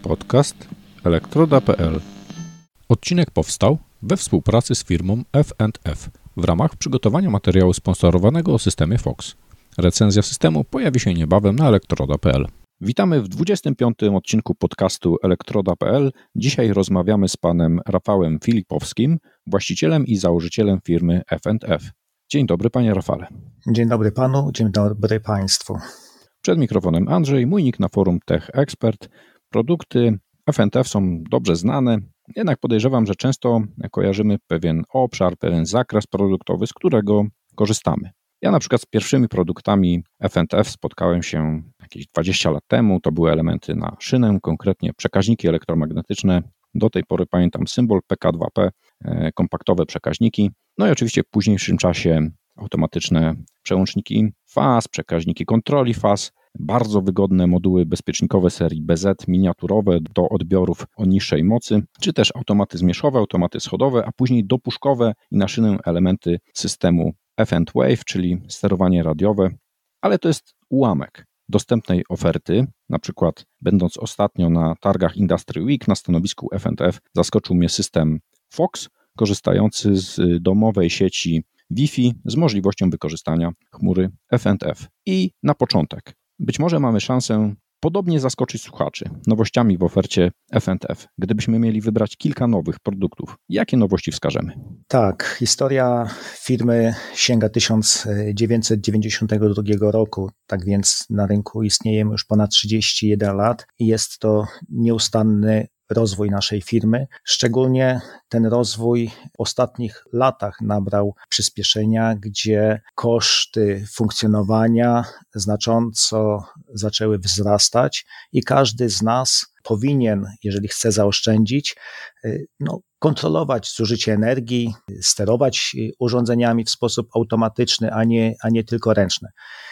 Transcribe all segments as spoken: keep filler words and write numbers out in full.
Podcast elektroda kropka p l. Odcinek powstał we współpracy z firmą F and F w ramach przygotowania materiału sponsorowanego o systemie Fox. Recenzja systemu pojawi się niebawem na elektroda kropka p l. Witamy w dwudziestym piątym odcinku podcastu elektroda kropka p l. Dzisiaj rozmawiamy z panem Rafałem Filipowskim, właścicielem i założycielem firmy F and F. Dzień dobry, panie Rafale. Dzień dobry panu, dzień dobry państwu. Przed mikrofonem Andrzej, mój nick na forum Tech Expert. Produkty F and F są dobrze znane, jednak podejrzewam, że często kojarzymy pewien obszar, pewien zakres produktowy, z którego korzystamy. Ja na przykład z pierwszymi produktami F and F spotkałem się jakieś dwadzieścia lat temu. To były elementy na szynę, konkretnie przekaźniki elektromagnetyczne. Do tej pory pamiętam symbol P K dwa P, kompaktowe przekaźniki. No i oczywiście w późniejszym czasie automatyczne przełączniki faz, przekaźniki kontroli faz, bardzo wygodne moduły bezpiecznikowe serii B Z, miniaturowe do odbiorów o niższej mocy, czy też automaty zmierzchowe, automaty schodowe, a później dopuszkowe i na szynę elementy systemu F and Wave, czyli sterowanie radiowe, ale to jest ułamek dostępnej oferty. Na przykład będąc ostatnio na targach Industry Week na stanowisku F and F zaskoczył mnie system Fox, korzystający z domowej sieci Wi-Fi z możliwością wykorzystania chmury F and F. I na początek, być może mamy szansę podobnie zaskoczyć słuchaczy nowościami w ofercie F and F. Gdybyśmy mieli wybrać kilka nowych produktów, jakie nowości wskażemy? Tak, historia firmy sięga tysiąc dziewięćset dziewięćdziesiątego drugiego roku, tak więc na rynku istniejemy już ponad trzydzieści jeden lat i jest to nieustanny rozwój naszej firmy. Szczególnie ten rozwój w ostatnich latach nabrał przyspieszenia, gdzie koszty funkcjonowania znacząco zaczęły wzrastać i każdy z nas powinien, jeżeli chce zaoszczędzić, no, kontrolować zużycie energii, sterować urządzeniami w sposób automatyczny, a nie, a nie tylko ręczny.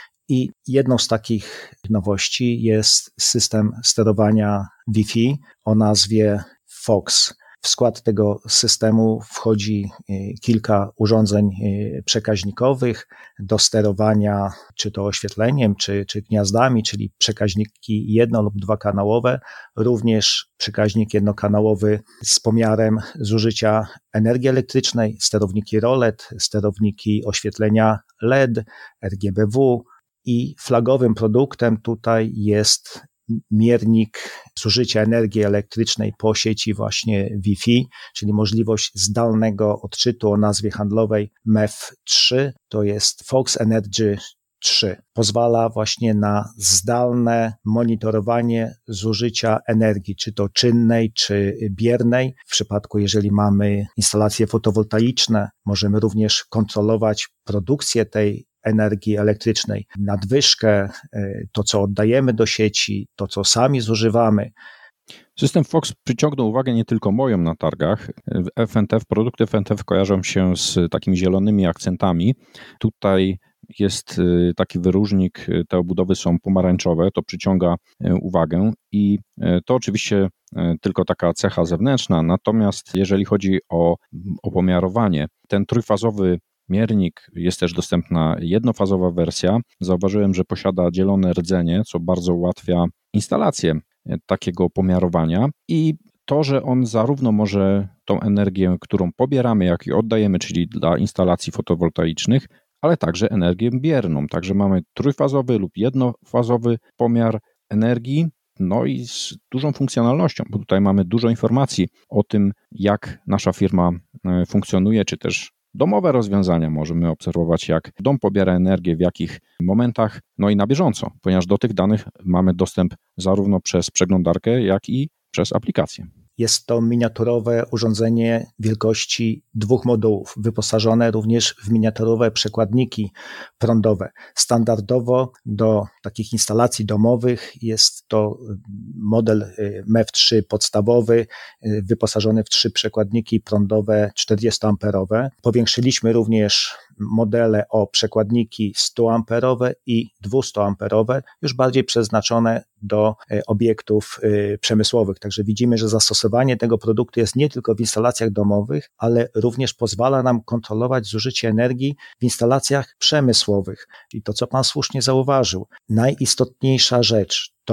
I jedną z takich nowości jest system sterowania Wi-Fi o nazwie Fox. W skład tego systemu wchodzi kilka urządzeń przekaźnikowych do sterowania czy to oświetleniem, czy, czy gniazdami, czyli przekaźniki jedno- lub dwukanałowe, również przekaźnik jednokanałowy z pomiarem zużycia energii elektrycznej, sterowniki R O L E D, sterowniki oświetlenia L E D, R G B W, i flagowym produktem tutaj jest miernik zużycia energii elektrycznej po sieci właśnie Wi-Fi, czyli możliwość zdalnego odczytu o nazwie handlowej M E F trzy, to jest Fox Energy trzy. Pozwala właśnie na zdalne monitorowanie zużycia energii, czy to czynnej, czy biernej. W przypadku, jeżeli mamy instalacje fotowoltaiczne, możemy również kontrolować produkcję tej energii elektrycznej, nadwyżkę, to co oddajemy do sieci, to co sami zużywamy. System Fox przyciągnął uwagę nie tylko moją na targach. F and F, produkty F and F kojarzą się z takimi zielonymi akcentami. Tutaj jest taki wyróżnik, te obudowy są pomarańczowe, to przyciąga uwagę i to oczywiście tylko taka cecha zewnętrzna, natomiast jeżeli chodzi o opomiarowanie, ten trójfazowy miernik, jest też dostępna jednofazowa wersja. Zauważyłem, że posiada dzielone rdzenie, co bardzo ułatwia instalację takiego pomiarowania i to, że on zarówno może tą energię, którą pobieramy, jak i oddajemy, czyli dla instalacji fotowoltaicznych, ale także energię bierną. Także mamy trójfazowy lub jednofazowy pomiar energii, no i z dużą funkcjonalnością, bo tutaj mamy dużo informacji o tym, jak nasza firma funkcjonuje, czy też domowe rozwiązania możemy obserwować, jak dom pobiera energię, w jakich momentach, no i na bieżąco, ponieważ do tych danych mamy dostęp zarówno przez przeglądarkę, jak i przez aplikację. Jest to miniaturowe urządzenie wielkości dwóch modułów, wyposażone również w miniaturowe przekładniki prądowe. Standardowo do takich instalacji domowych jest to model M E F trzy podstawowy, wyposażony w trzy przekładniki prądowe czterdziestoamperowe. Powiększyliśmy również modele o przekładniki stuamperowe i dwustuamperowe, już bardziej przeznaczone do obiektów przemysłowych. Także widzimy, że zastosowanie tego produktu jest nie tylko w instalacjach domowych, ale również pozwala nam kontrolować zużycie energii w instalacjach przemysłowych. I to, co Pan słusznie zauważył, najistotniejsza rzecz to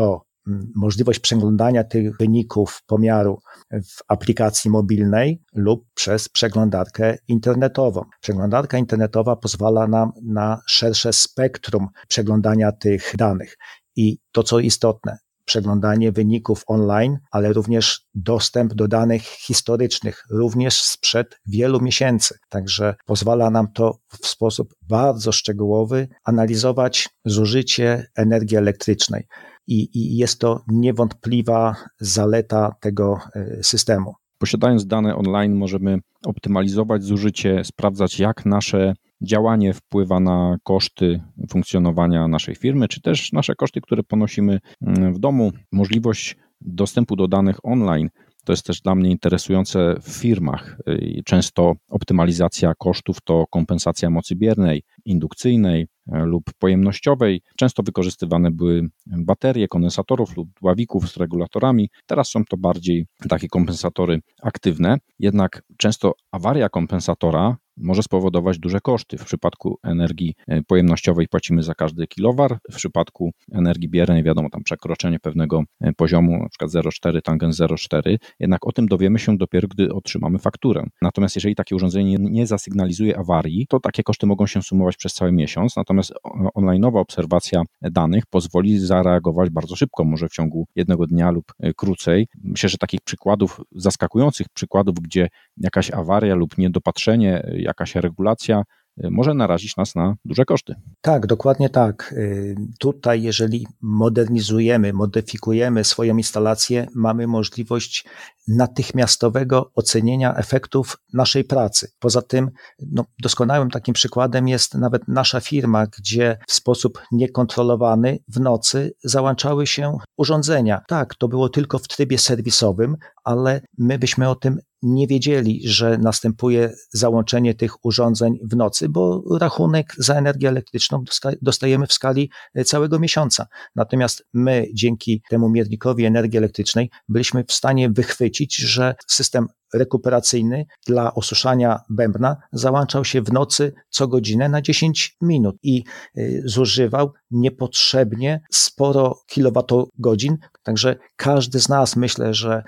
możliwość przeglądania tych wyników pomiaru w aplikacji mobilnej lub przez przeglądarkę internetową. Przeglądarka internetowa pozwala nam na szersze spektrum przeglądania tych danych. I to, co istotne, przeglądanie wyników online, ale również dostęp do danych historycznych, również sprzed wielu miesięcy. Także pozwala nam to w sposób bardzo szczegółowy analizować zużycie energii elektrycznej. I, i jest to niewątpliwa zaleta tego systemu. Posiadając dane online możemy optymalizować zużycie, sprawdzać jak nasze działanie wpływa na koszty funkcjonowania naszej firmy, czy też nasze koszty, które ponosimy w domu. Możliwość dostępu do danych online to jest też dla mnie interesujące w firmach. Często optymalizacja kosztów to kompensacja mocy biernej, indukcyjnej lub pojemnościowej. Często wykorzystywane były baterie kondensatorów lub dławików z regulatorami. Teraz są to bardziej takie kompensatory aktywne. Jednak często awaria kompensatora może spowodować duże koszty. W przypadku energii pojemnościowej płacimy za każdy kilowar, w przypadku energii biernej wiadomo, tam przekroczenie pewnego poziomu, na przykład zero przecinek cztery, tangens zero przecinek cztery, jednak o tym dowiemy się dopiero, gdy otrzymamy fakturę. Natomiast jeżeli takie urządzenie nie, nie zasygnalizuje awarii, to takie koszty mogą się sumować przez cały miesiąc, natomiast online'owa obserwacja danych pozwoli zareagować bardzo szybko, może w ciągu jednego dnia lub krócej. Myślę, że takich przykładów, zaskakujących przykładów, gdzie jakaś awaria lub niedopatrzenie, jakaś regulacja może narazić nas na duże koszty. Tak, dokładnie tak. Tutaj, jeżeli modernizujemy, modyfikujemy swoją instalację, mamy możliwość natychmiastowego ocenienia efektów naszej pracy. Poza tym, no, doskonałym takim przykładem jest nawet nasza firma, gdzie w sposób niekontrolowany w nocy załączały się urządzenia. Tak, to było tylko w trybie serwisowym, ale my byśmy o tym nie wiedzieli, że następuje załączenie tych urządzeń w nocy, bo rachunek za energię elektryczną dostajemy w skali całego miesiąca. Natomiast my dzięki temu miernikowi energii elektrycznej byliśmy w stanie wychwycić, że system rekuperacyjny dla osuszania bębna załączał się w nocy co godzinę na dziesięć minut i zużywał niepotrzebnie sporo kilowatogodzin. Także każdy z nas, myślę, że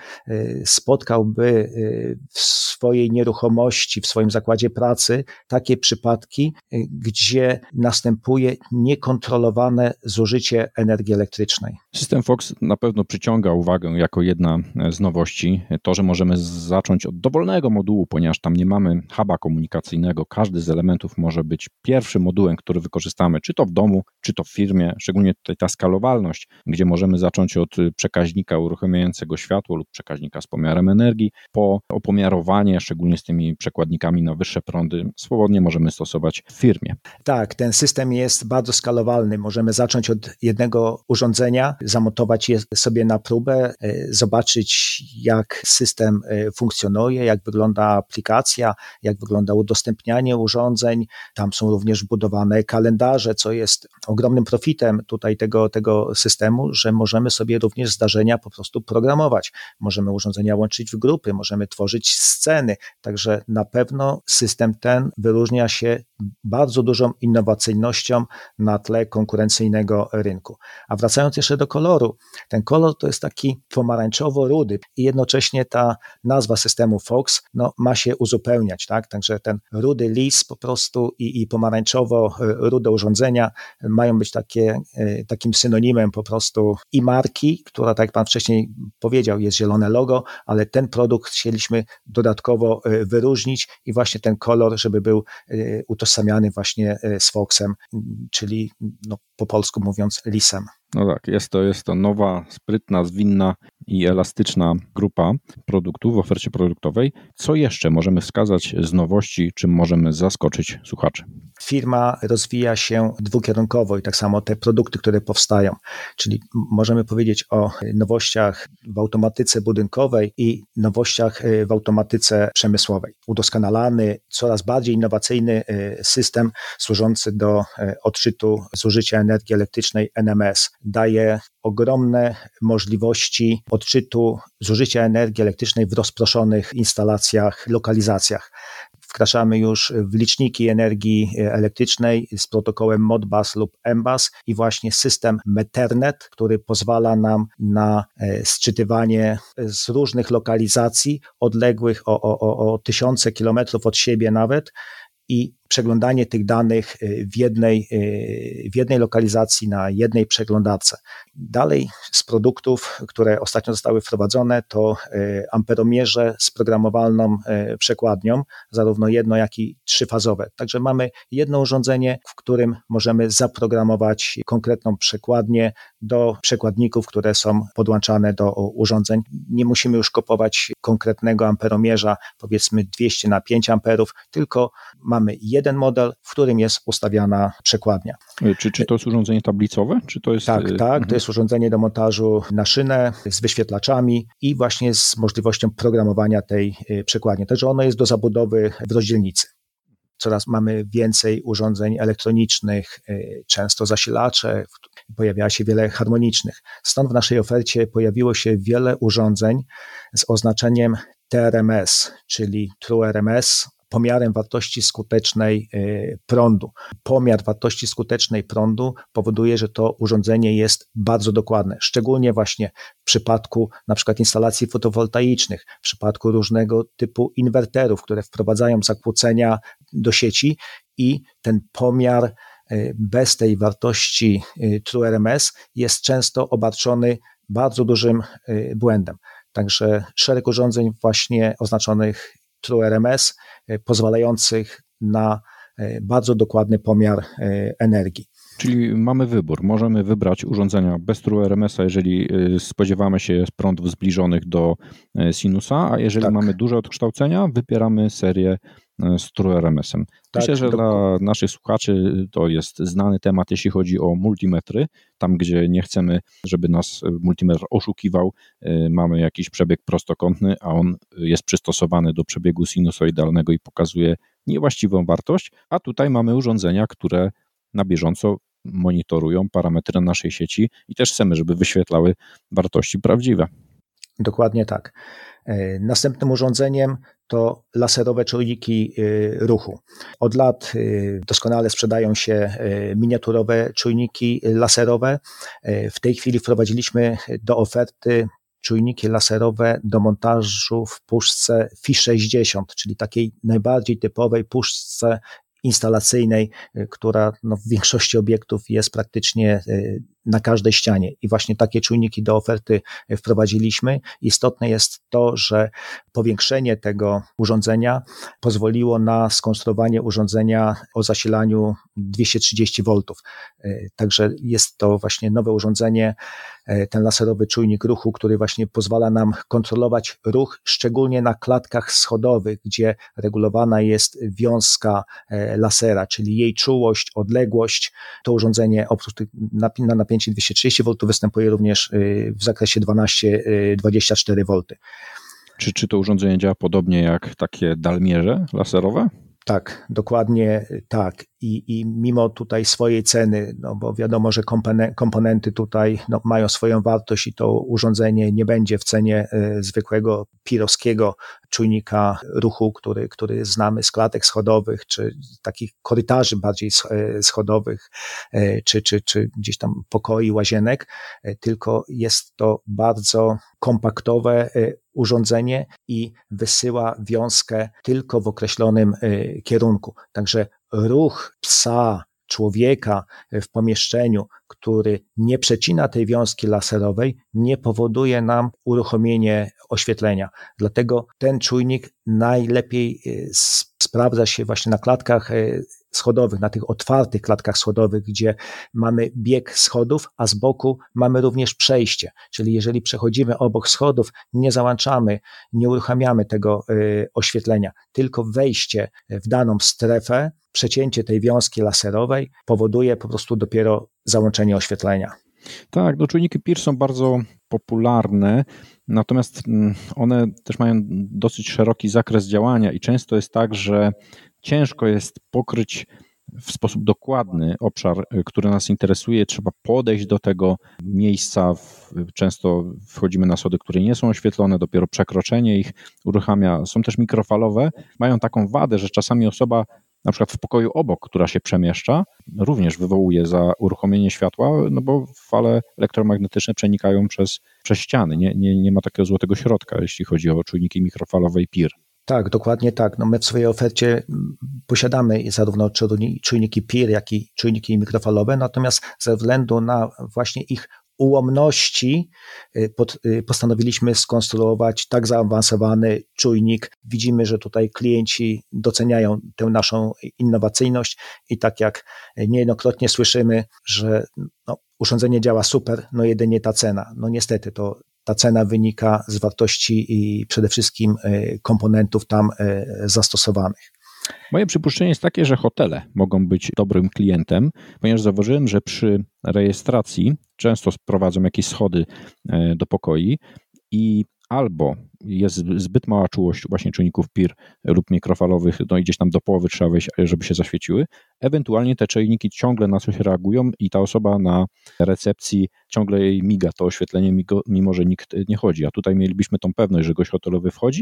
spotkałby w swojej nieruchomości, w swoim zakładzie pracy takie przypadki, gdzie następuje niekontrolowane zużycie energii elektrycznej. System Fox na pewno przyciąga uwagę jako jedna z nowości. To, że możemy zacząć od dowolnego modułu, ponieważ tam nie mamy huba komunikacyjnego. Każdy z elementów może być pierwszym modułem, który wykorzystamy, czy to w domu, czy to w firmie. Szczególnie tutaj ta skalowalność, gdzie możemy zacząć od przekaźnika uruchamiającego światło lub przekaźnika z pomiarem energii, po opomiarowanie, szczególnie z tymi przekładnikami na wyższe prądy, swobodnie możemy stosować w firmie. Tak, ten system jest bardzo skalowalny. Możemy zacząć od jednego urządzenia, zamontować je sobie na próbę, zobaczyć jak system funkcjonuje, jak wygląda aplikacja, jak wygląda udostępnianie urządzeń. Tam są również wbudowane kalendarze, co jest ogromnym profitem tutaj tego, tego systemu, że możemy sobie również zdarzenia po prostu programować. Możemy urządzenia łączyć w grupy, możemy tworzyć sceny. Także na pewno system ten wyróżnia się bardzo dużą innowacyjnością na tle konkurencyjnego rynku. A wracając jeszcze do koloru, ten kolor to jest taki pomarańczowo-rudy i jednocześnie ta nazwa systemu Fox no, ma się uzupełniać, tak? Także ten rudy lis po prostu i, i pomarańczowo-rude urządzenia mają być takie, takim synonimem po prostu i marki, która, tak jak pan wcześniej powiedział, jest zielone logo, ale ten produkt chcieliśmy dodatkowo wyróżnić i właśnie ten kolor, żeby był utożsamiany właśnie z Foxem, czyli no, po polsku mówiąc lisem. No tak, jest to, jest to nowa, sprytna, zwinna i elastyczna grupa produktów w ofercie produktowej. Co jeszcze możemy wskazać z nowości, czym możemy zaskoczyć słuchaczy? Firma rozwija się dwukierunkowo i tak samo te produkty, które powstają, czyli możemy powiedzieć o nowościach w automatyce budynkowej i nowościach w automatyce przemysłowej. Udoskonalany, coraz bardziej innowacyjny system służący do odczytu zużycia energii elektrycznej N M S daje ogromne możliwości odczytu zużycia energii elektrycznej w rozproszonych instalacjach, lokalizacjach. wkraczamy już w liczniki energii elektrycznej z protokołem Modbus lub M-Bus i właśnie system Methernet, który pozwala nam na sczytywanie z różnych lokalizacji odległych o, o, o, o tysiące kilometrów od siebie nawet i przeglądanie tych danych w jednej, w jednej lokalizacji na jednej przeglądarce. Dalej z produktów, które ostatnio zostały wprowadzone, to amperomierze z programowalną przekładnią, zarówno jedno, jak i trzyfazowe. Także mamy jedno urządzenie, w którym możemy zaprogramować konkretną przekładnię do przekładników, które są podłączane do urządzeń. Nie musimy już kupować konkretnego amperomierza, powiedzmy dwieście na pięć amperów, tylko mamy jeden model, w którym jest ustawiana przekładnia. Czy, czy to jest urządzenie tablicowe? Czy to jest... Tak, tak. Mhm. To jest urządzenie do montażu na szynę z wyświetlaczami i właśnie z możliwością programowania tej przekładni. Także ono jest do zabudowy w rozdzielnicy. Coraz mamy więcej urządzeń elektronicznych, często zasilacze, pojawia się wiele harmonicznych. Stąd w naszej ofercie pojawiło się wiele urządzeń z oznaczeniem T R M S, czyli True R M S, pomiarem wartości skutecznej prądu. Pomiar wartości skutecznej prądu powoduje, że to urządzenie jest bardzo dokładne, szczególnie właśnie w przypadku na przykład instalacji fotowoltaicznych, w przypadku różnego typu inwerterów, które wprowadzają zakłócenia do sieci i ten pomiar bez tej wartości True R M S jest często obarczony bardzo dużym błędem. Także szereg urządzeń właśnie oznaczonych True R M S, pozwalających na bardzo dokładny pomiar energii. Czyli mamy wybór. Możemy wybrać urządzenia bez True R M S a, jeżeli spodziewamy się prądów zbliżonych do sinusa, a jeżeli tak. mamy duże odkształcenia, wybieramy serię z True R M S em. Tak, Myślę, że do... dla naszych słuchaczy to jest znany temat, jeśli chodzi o multimetry. Tam, gdzie nie chcemy, żeby nas multimetr oszukiwał, mamy jakiś przebieg prostokątny, a on jest przystosowany do przebiegu sinusoidalnego i pokazuje niewłaściwą wartość, a tutaj mamy urządzenia, które na bieżąco monitorują parametry naszej sieci i też chcemy, żeby wyświetlały wartości prawdziwe. Dokładnie tak. Następnym urządzeniem to laserowe czujniki ruchu. Od lat doskonale sprzedają się miniaturowe czujniki laserowe. W tej chwili wprowadziliśmy do oferty czujniki laserowe do montażu w puszce F I sześćdziesiąt, czyli takiej najbardziej typowej puszce instalacyjnej, która no, w większości obiektów jest praktycznie na każdej ścianie i właśnie takie czujniki do oferty wprowadziliśmy. Istotne jest to, że powiększenie tego urządzenia pozwoliło na skonstruowanie urządzenia o zasilaniu dwieście trzydzieści woltów. Także jest to właśnie nowe urządzenie, ten laserowy czujnik ruchu, który właśnie pozwala nam kontrolować ruch, szczególnie na klatkach schodowych, gdzie regulowana jest wiązka lasera, czyli jej czułość, odległość. To urządzenie oprócz na napięcie dwieście trzydzieści woltów występuje również w zakresie dwanaście dwadzieścia cztery wolty. Czy, czy to urządzenie działa podobnie jak takie dalmierze laserowe? Tak, dokładnie tak. I, i mimo tutaj swojej ceny, no bo wiadomo, że komponen- komponenty tutaj no, mają swoją wartość i to urządzenie nie będzie w cenie y, zwykłego pirowskiego czujnika ruchu, który, który znamy z klatek schodowych, czy takich korytarzy bardziej schodowych, y, czy, czy, czy gdzieś tam pokoi, łazienek, y, tylko jest to bardzo kompaktowe y, urządzenie i wysyła wiązkę tylko w określonym y, kierunku. Także ruch psa, człowieka w pomieszczeniu, który nie przecina tej wiązki laserowej, nie powoduje nam uruchomienia oświetlenia. Dlatego ten czujnik najlepiej sprawdza się właśnie na klatkach schodowych, na tych otwartych klatkach schodowych, gdzie mamy bieg schodów, a z boku mamy również przejście. Czyli jeżeli przechodzimy obok schodów, nie załączamy, nie uruchamiamy tego y, oświetlenia, tylko wejście w daną strefę, przecięcie tej wiązki laserowej powoduje po prostu dopiero załączenie oświetlenia. Tak, no czujniki P I R są bardzo popularne, natomiast one też mają dosyć szeroki zakres działania i często jest tak, że ciężko jest pokryć w sposób dokładny obszar, który nas interesuje, trzeba podejść do tego miejsca. Często wchodzimy na schody, które nie są oświetlone, dopiero przekroczenie ich uruchamia. Są też mikrofalowe, mają taką wadę, że czasami osoba na przykład w pokoju obok, która się przemieszcza, również wywołuje za uruchomienie światła, no bo fale elektromagnetyczne przenikają przez, przez ściany. Nie, nie, nie ma takiego złotego środka, jeśli chodzi o czujniki mikrofalowe i P I R. Tak, dokładnie tak. No my w swojej ofercie posiadamy zarówno czujniki P I R, jak i czujniki mikrofalowe, natomiast ze względu na właśnie ich ułomności pod, postanowiliśmy skonstruować tak zaawansowany czujnik. Widzimy, że tutaj klienci doceniają tę naszą innowacyjność i tak jak niejednokrotnie słyszymy, że no, urządzenie działa super, no jedynie ta cena. No niestety to ta cena wynika z wartości i przede wszystkim komponentów tam zastosowanych. Moje przypuszczenie jest takie, że hotele mogą być dobrym klientem, ponieważ zauważyłem, że przy rejestracji często sprowadzą jakieś schody do pokoi i albo jest zbyt mała czułość właśnie czujników P I R lub mikrofalowych, no i gdzieś tam do połowy trzeba wejść, żeby się zaświeciły. Ewentualnie te czujniki ciągle na coś reagują i ta osoba na recepcji ciągle jej miga to oświetlenie, mimo że nikt nie chodzi. A tutaj mielibyśmy tą pewność, że gość hotelowy wchodzi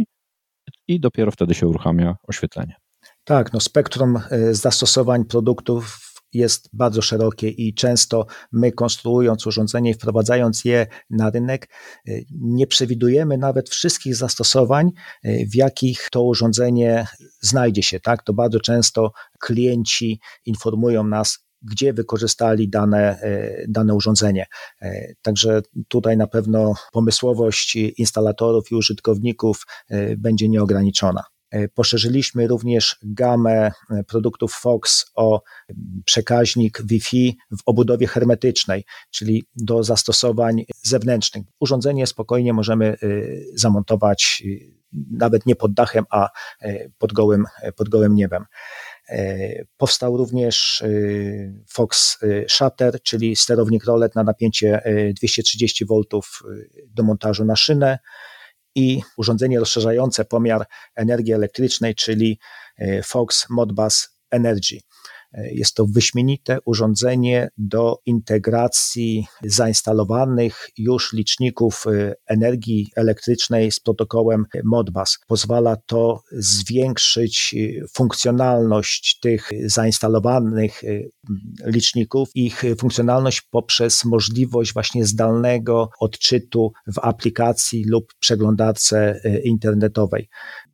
i dopiero wtedy się uruchamia oświetlenie. Tak, no spektrum zastosowań produktów jest bardzo szerokie i często my konstruując urządzenie i wprowadzając je na rynek, nie przewidujemy nawet wszystkich zastosowań, w jakich to urządzenie znajdzie się. Tak? To bardzo często klienci informują nas, gdzie wykorzystali dane, dane urządzenie. Także tutaj na pewno pomysłowość instalatorów i użytkowników będzie nieograniczona. Poszerzyliśmy również gamę produktów Fox o przekaźnik Wi-Fi w obudowie hermetycznej, czyli do zastosowań zewnętrznych. Urządzenie spokojnie możemy zamontować nawet nie pod dachem, a pod gołym, pod gołym niebem. Powstał również Fox Shutter, czyli sterownik rolet na napięcie dwieście trzydzieści woltów do montażu na szynę, i urządzenie rozszerzające pomiar energii elektrycznej, czyli Fox Modbus Energy. Jest to wyśmienite urządzenie do integracji zainstalowanych już liczników energii elektrycznej z protokołem Modbus. Pozwala to zwiększyć funkcjonalność tych zainstalowanych liczników, ich funkcjonalność poprzez możliwość właśnie zdalnego odczytu w aplikacji lub przeglądarce internetowej.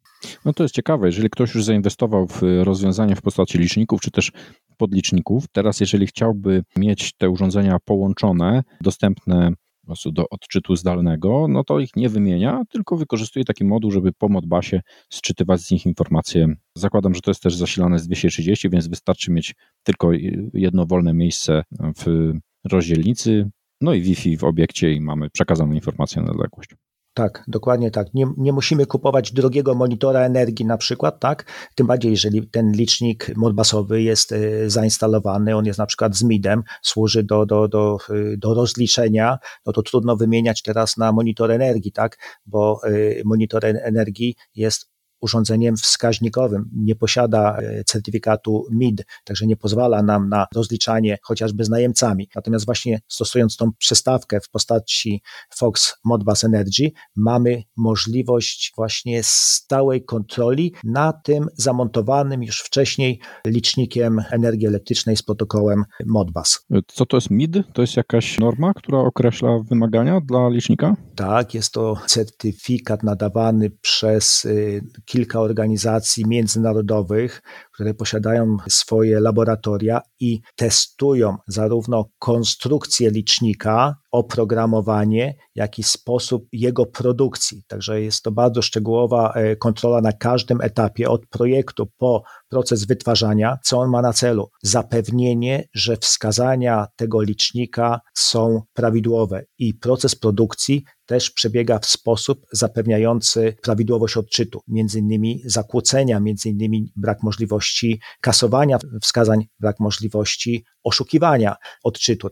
No to jest ciekawe, jeżeli ktoś już zainwestował w rozwiązania w postaci liczników, czy też podliczników, teraz jeżeli chciałby mieć te urządzenia połączone, dostępne po prostu do odczytu zdalnego, no to ich nie wymienia, tylko wykorzystuje taki moduł, żeby po Modbusie sczytywać z nich informacje. Zakładam, że to jest też zasilane z dwieście trzydzieści, więc wystarczy mieć tylko jedno wolne miejsce w rozdzielnicy, no i Wi-Fi w obiekcie i mamy przekazaną informację na odległość. Tak, dokładnie tak. Nie, nie musimy kupować drogiego monitora energii na przykład, tak? Tym bardziej, jeżeli ten licznik modbusowy jest y, zainstalowany, on jest na przykład z midem, służy do, do, do, y, do rozliczenia, no to trudno wymieniać teraz na monitor energii, tak? Bo y, monitor energii jest urządzeniem wskaźnikowym, nie posiada certyfikatu M I D, także nie pozwala nam na rozliczanie chociażby z najemcami. Natomiast właśnie stosując tą przystawkę w postaci Fox Modbus Energy, mamy możliwość właśnie stałej kontroli na tym zamontowanym już wcześniej licznikiem energii elektrycznej z protokołem Modbus. Co to jest M I D? To jest jakaś norma, która określa wymagania dla licznika? Tak, jest to certyfikat nadawany przez kilka organizacji międzynarodowych, które posiadają swoje laboratoria i testują zarówno konstrukcję licznika, oprogramowanie, jak i sposób jego produkcji. Także jest to bardzo szczegółowa kontrola na każdym etapie, od projektu po proces wytwarzania, co on ma na celu. Zapewnienie, że wskazania tego licznika są prawidłowe i proces produkcji też przebiega w sposób zapewniający prawidłowość odczytu, między innymi zakłócenia, między innymi brak możliwości kasowania wskazań, brak możliwości oszukiwania odczytu, tak?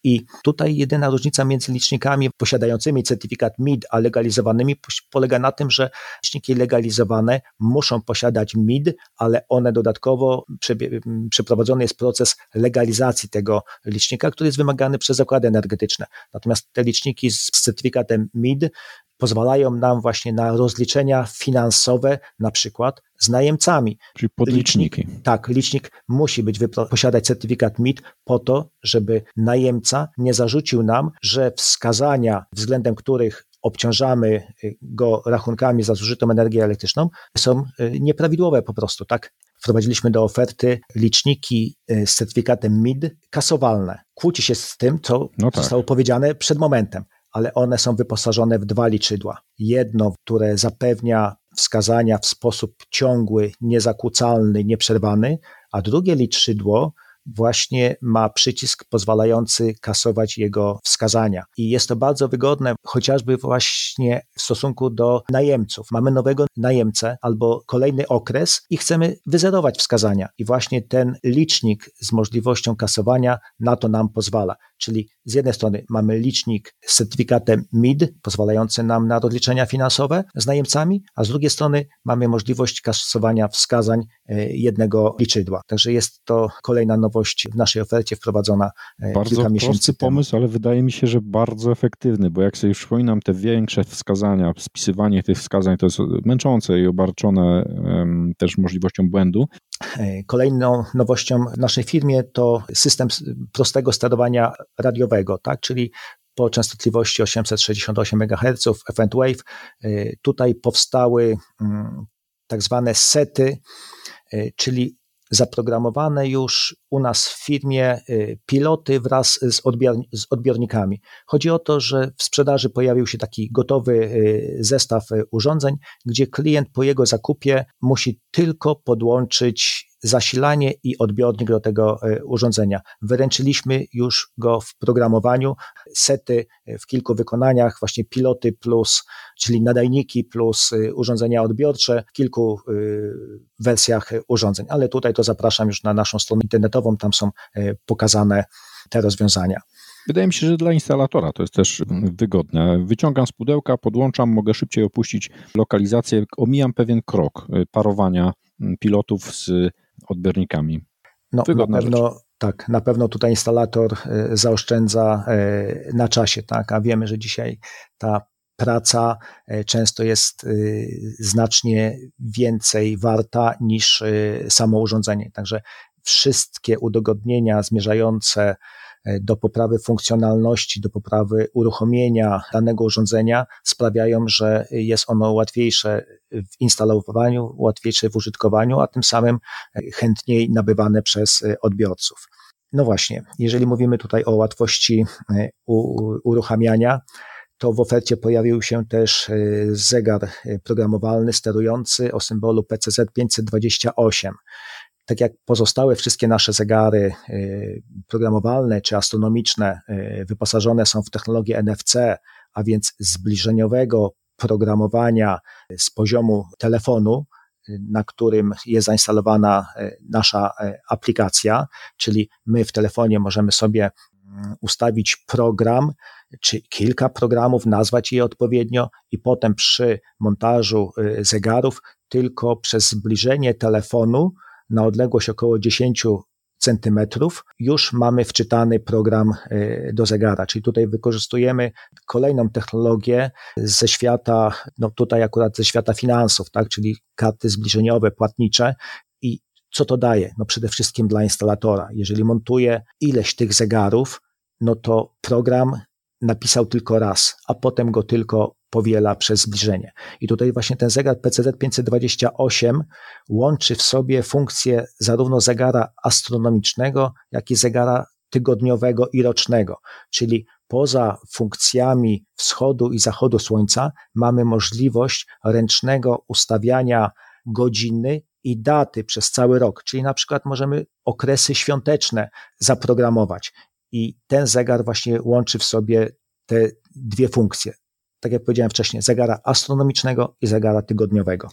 I tutaj jedyna różnica między licznikami posiadającymi certyfikat M I D a legalizowanymi polega na tym, że liczniki legalizowane muszą posiadać M I D, ale one dodatkowo przeprowadzony jest proces legalizacji tego licznika, który jest wymagany przez zakłady energetyczne. Natomiast te liczniki z certyfikatem M I D pozwalają nam właśnie na rozliczenia finansowe, na przykład z najemcami. Czyli podliczniki. Licznik, tak, licznik musi być posiadać certyfikat M I D po to, żeby najemca nie zarzucił nam, że wskazania, względem których obciążamy go rachunkami za zużytą energię elektryczną, są nieprawidłowe po prostu, tak? Wprowadziliśmy do oferty liczniki z certyfikatem M I D kasowalne. Kłóci się z tym, co no tak. zostało powiedziane przed momentem, ale one są wyposażone w dwa liczydła. Jedno, które zapewnia wskazania w sposób ciągły, niezakłócalny, nieprzerwany, a drugie liczydło właśnie ma przycisk pozwalający kasować jego wskazania. I jest to bardzo wygodne, chociażby właśnie w stosunku do najemców. Mamy nowego najemcę albo kolejny okres i chcemy wyzerować wskazania. I właśnie ten licznik z możliwością kasowania na to nam pozwala. Czyli z jednej strony mamy licznik z certyfikatem M I D, pozwalający nam na rozliczenia finansowe z najemcami, a z drugiej strony mamy możliwość kasowania wskazań jednego liczydła. Także jest to kolejna nowość w naszej ofercie wprowadzona bardzo kilka miesięcy temu. Prosty pomysł, ale wydaje mi się, że bardzo efektywny, bo jak sobie już przypominam te większe wskazania, spisywanie tych wskazań to jest męczące i obarczone um, też możliwością błędu. Kolejną nowością w naszej firmie to system prostego sterowania radiowego, tak? Czyli po częstotliwości osiemset sześćdziesiąt osiem megaherców F and Wave tutaj powstały tak zwane sety, czyli zaprogramowane już u nas w firmie piloty wraz z, odbiorni- z odbiornikami. Chodzi o to, że w sprzedaży pojawił się taki gotowy zestaw urządzeń, gdzie klient po jego zakupie musi tylko podłączyć zasilanie i odbiornik do tego urządzenia. Wyręczyliśmy już go w programowaniu, sety w kilku wykonaniach, właśnie piloty plus, czyli nadajniki plus urządzenia odbiorcze w kilku wersjach urządzeń, ale tutaj to zapraszam już na naszą stronę internetową, tam są pokazane te rozwiązania. Wydaje mi się, że dla instalatora to jest też wygodne. Wyciągam z pudełka, podłączam, mogę szybciej opuścić lokalizację, omijam pewien krok parowania pilotów z odbiornikami. No, na pewno, tak, na pewno tutaj instalator zaoszczędza na czasie, tak, a wiemy, że dzisiaj ta praca często jest znacznie więcej warta niż samo urządzenie. Także wszystkie udogodnienia zmierzające do poprawy funkcjonalności, do poprawy uruchomienia danego urządzenia sprawiają, że jest ono łatwiejsze w instalowaniu, łatwiejsze w użytkowaniu, a tym samym chętniej nabywane przez odbiorców. No właśnie, jeżeli mówimy tutaj o łatwości uruchamiania, to w ofercie pojawił się też zegar programowalny sterujący o symbolu P C Z pięćset dwadzieścia osiem. Tak jak pozostałe wszystkie nasze zegary programowalne czy astronomiczne wyposażone są w technologię N F C, a więc zbliżeniowego programowania z poziomu telefonu, na którym jest zainstalowana nasza aplikacja, czyli my w telefonie możemy sobie ustawić program, czy kilka programów, nazwać je odpowiednio i potem przy montażu zegarów tylko przez zbliżenie telefonu na odległość około dziesięć centymetrów już mamy wczytany program do zegara, czyli tutaj wykorzystujemy kolejną technologię ze świata, no tutaj akurat ze świata finansów, tak, czyli karty zbliżeniowe, płatnicze. I co to daje? No przede wszystkim dla instalatora. Jeżeli montuje ileś tych zegarów, no to program napisał tylko raz, a potem go tylko powiela przez zbliżenie. I tutaj właśnie ten zegar P C Z pięćset dwadzieścia osiem łączy w sobie funkcje zarówno zegara astronomicznego, jak i zegara tygodniowego i rocznego. Czyli poza funkcjami wschodu i zachodu słońca mamy możliwość ręcznego ustawiania godziny i daty przez cały rok. Czyli na przykład możemy okresy świąteczne zaprogramować. I ten zegar właśnie łączy w sobie te dwie funkcje. Tak jak powiedziałem wcześniej, zegara astronomicznego i zegara tygodniowego.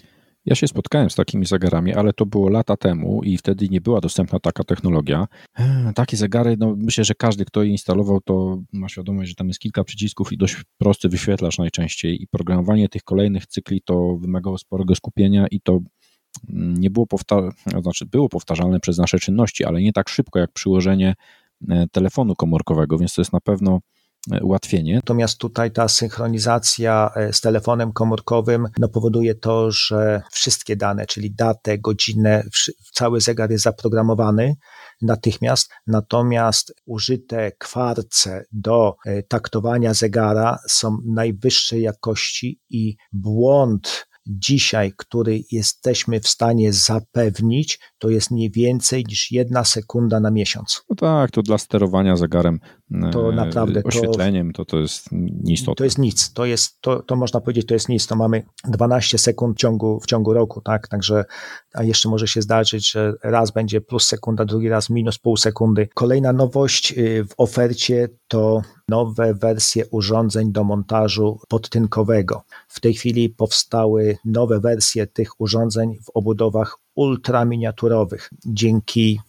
Ja się spotkałem z takimi zegarami, ale to było lata temu i wtedy nie była dostępna taka technologia. Takie zegary, no myślę, że każdy, kto je instalował, to ma świadomość, że tam jest kilka przycisków i dość prosty wyświetlacz najczęściej i programowanie tych kolejnych cykli to wymagało sporego skupienia i to nie było, powta- znaczy było powtarzalne przez nasze czynności, ale nie tak szybko jak przyłożenie telefonu komórkowego, więc to jest na pewno ułatwienie. Natomiast tutaj ta synchronizacja z telefonem komórkowym no, powoduje to, że wszystkie dane, czyli datę, godzinę, cały zegar jest zaprogramowany natychmiast, natomiast użyte kwarce do taktowania zegara są najwyższej jakości i błąd dzisiaj, który jesteśmy w stanie zapewnić, to jest nie więcej niż jedna sekunda na miesiąc. No tak, to dla sterowania zegarem, to naprawdę, oświetleniem, to, to jest nieistotne. To jest nic, to jest, to, to można powiedzieć, to jest nic, to mamy dwanaście sekund w ciągu, w ciągu roku, tak, także, a jeszcze może się zdarzyć, że raz będzie plus sekunda, drugi raz minus pół sekundy. Kolejna nowość w ofercie to nowe wersje urządzeń do montażu podtynkowego. W tej chwili powstały nowe wersje tych urządzeń w obudowach ultraminiaturowych. Dzięki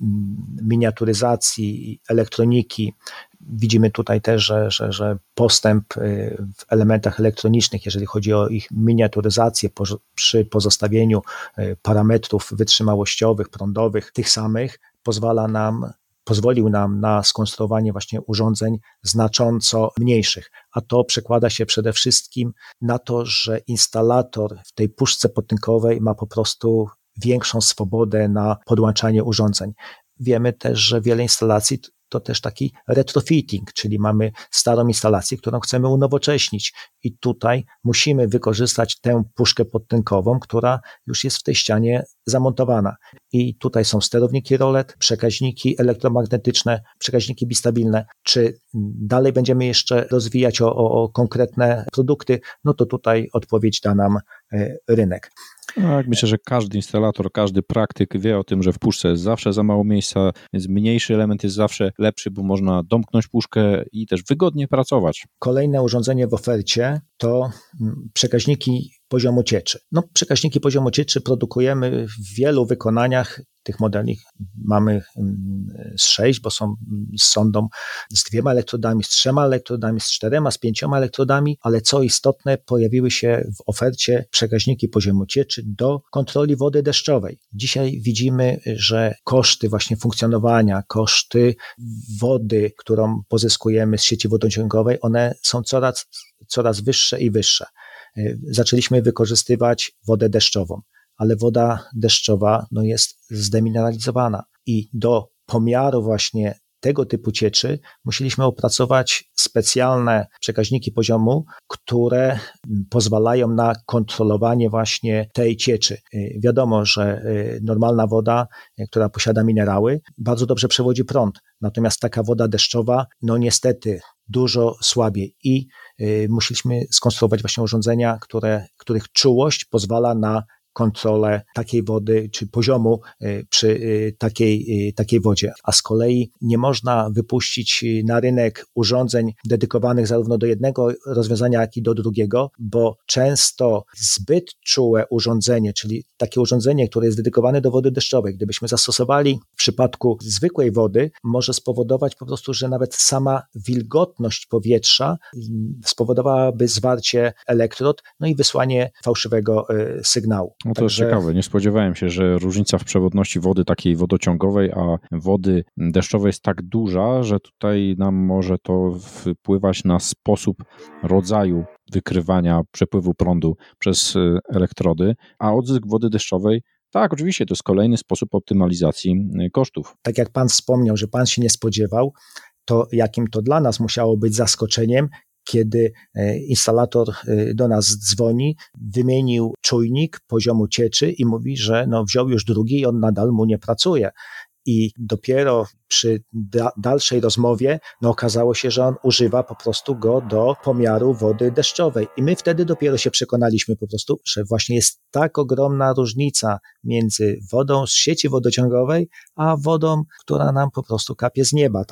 miniaturyzacji elektroniki widzimy tutaj też, że, że, że postęp w elementach elektronicznych, jeżeli chodzi o ich miniaturyzację po, przy pozostawieniu parametrów wytrzymałościowych, prądowych, tych samych, pozwala nam pozwolił nam na skonstruowanie właśnie urządzeń znacząco mniejszych, a to przekłada się przede wszystkim na to, że instalator w tej puszce podtynkowej ma po prostu większą swobodę na podłączanie urządzeń. Wiemy też, że wiele instalacji to też taki retrofitting, czyli mamy starą instalację, którą chcemy unowocześnić i tutaj musimy wykorzystać tę puszkę podtynkową, która już jest w tej ścianie zamontowana. I tutaj są sterowniki R O L E D, przekaźniki elektromagnetyczne, przekaźniki bistabilne. Czy dalej będziemy jeszcze rozwijać o, o, o konkretne produkty? No to tutaj odpowiedź da nam rynek. Tak, myślę, że każdy instalator, każdy praktyk wie o tym, że w puszce jest zawsze za mało miejsca, więc mniejszy element jest zawsze lepszy, bo można domknąć puszkę i też wygodnie pracować. Kolejne urządzenie w ofercie to przekaźniki poziomu cieczy. No, przekaźniki poziomu cieczy produkujemy w wielu wykonaniach. Tych modeli mamy z sześć, bo są z sondą z dwiema elektrodami, z trzema elektrodami, z czterema, z pięcioma elektrodami, ale co istotne, pojawiły się w ofercie przekaźniki poziomu cieczy do kontroli wody deszczowej. Dzisiaj widzimy, że koszty właśnie funkcjonowania, koszty wody, którą pozyskujemy z sieci wodociągowej, one są coraz, coraz wyższe i wyższe. Zaczęliśmy wykorzystywać wodę deszczową, ale woda deszczowa no, jest zdemineralizowana i do pomiaru właśnie tego typu cieczy musieliśmy opracować specjalne przekaźniki poziomu, które pozwalają na kontrolowanie właśnie tej cieczy. Wiadomo, że normalna woda, która posiada minerały, bardzo dobrze przewodzi prąd, natomiast taka woda deszczowa, no niestety dużo słabiej i musieliśmy skonstruować właśnie urządzenia, które, których czułość pozwala na kontrolę takiej wody czy poziomu przy takiej, takiej wodzie. A z kolei nie można wypuścić na rynek urządzeń dedykowanych zarówno do jednego rozwiązania, jak i do drugiego, bo często zbyt czułe urządzenie, czyli takie urządzenie, które jest dedykowane do wody deszczowej, gdybyśmy zastosowali w przypadku zwykłej wody, może spowodować po prostu, że nawet sama wilgotność powietrza spowodowałaby zwarcie elektrod, no i wysłanie fałszywego sygnału. No to Także... jest ciekawe. Nie spodziewałem się, że różnica w przewodności wody takiej wodociągowej, a wody deszczowej jest tak duża, że tutaj nam może to wpływać na sposób rodzaju wykrywania przepływu prądu przez elektrody, a odzysk wody deszczowej, tak, oczywiście, to jest kolejny sposób optymalizacji kosztów. Tak jak pan wspomniał, że pan się nie spodziewał, to jakim to dla nas musiało być zaskoczeniem, kiedy instalator do nas dzwoni, wymienił czujnik poziomu cieczy i mówi, że no wziął już drugi i on nadal mu nie pracuje. I dopiero przy da- dalszej rozmowie no okazało się, że on używa po prostu go do pomiaru wody deszczowej. I my wtedy dopiero się przekonaliśmy po prostu, że właśnie jest tak ogromna różnica między wodą z sieci wodociągowej, a wodą, która nam po prostu kapie z nieba, tak?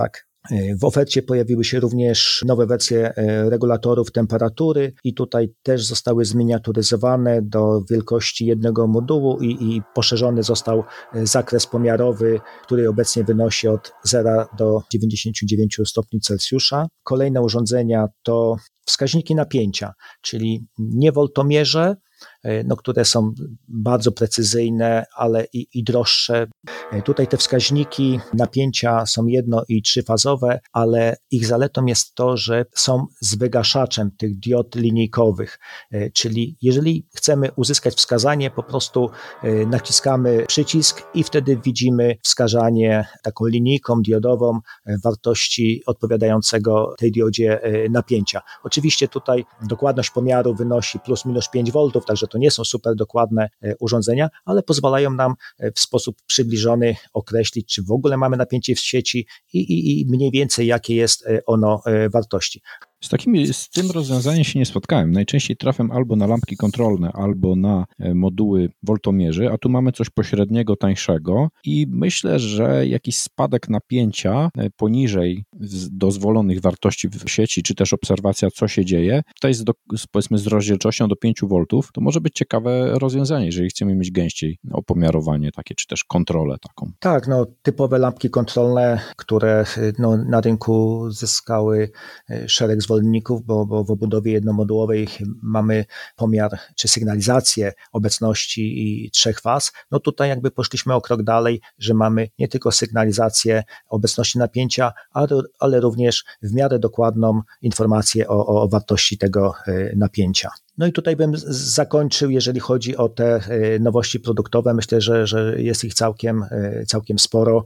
W ofercie pojawiły się również nowe wersje regulatorów temperatury i tutaj też zostały zminiaturyzowane do wielkości jednego modułu i, i poszerzony został zakres pomiarowy, który obecnie wynosi od zera do dziewięćdziesięciu dziewięciu stopni Celsjusza. Kolejne urządzenia to wskaźniki napięcia, czyli nie woltomierze, no, które są bardzo precyzyjne, ale i, i droższe. Tutaj te wskaźniki napięcia są jedno- i trzyfazowe, ale ich zaletą jest to, że są z wygaszaczem tych diod linijkowych, czyli jeżeli chcemy uzyskać wskazanie, po prostu naciskamy przycisk i wtedy widzimy wskazanie taką linijką diodową wartości odpowiadającego tej diodzie napięcia. Oczywiście tutaj dokładność pomiaru wynosi plus minus pięć woltów, także to nie są super dokładne urządzenia, ale pozwalają nam w sposób przybliżony określić, czy w ogóle mamy napięcie w sieci i, i, i mniej więcej jakie jest ono wartości. Z, takimi, z tym rozwiązaniem się nie spotkałem. Najczęściej trafiam albo na lampki kontrolne, albo na moduły woltomierzy, a tu mamy coś pośredniego, tańszego i myślę, że jakiś spadek napięcia poniżej dozwolonych wartości w sieci, czy też obserwacja, co się dzieje, tutaj jest do, powiedzmy z rozdzielczością do pięciu woltów, to może być ciekawe rozwiązanie, jeżeli chcemy mieć gęściej opomiarowanie takie, czy też kontrolę taką. Tak, no typowe lampki kontrolne, które no, na rynku zyskały szereg zwolenników, bo, bo w obudowie jednomodułowej mamy pomiar czy sygnalizację obecności i trzech faz. No tutaj jakby poszliśmy o krok dalej, że mamy nie tylko sygnalizację obecności napięcia, ale, ale również w miarę dokładną informację o, o wartości tego napięcia. No i tutaj bym zakończył, jeżeli chodzi o te nowości produktowe. Myślę, że, że jest ich całkiem, całkiem sporo.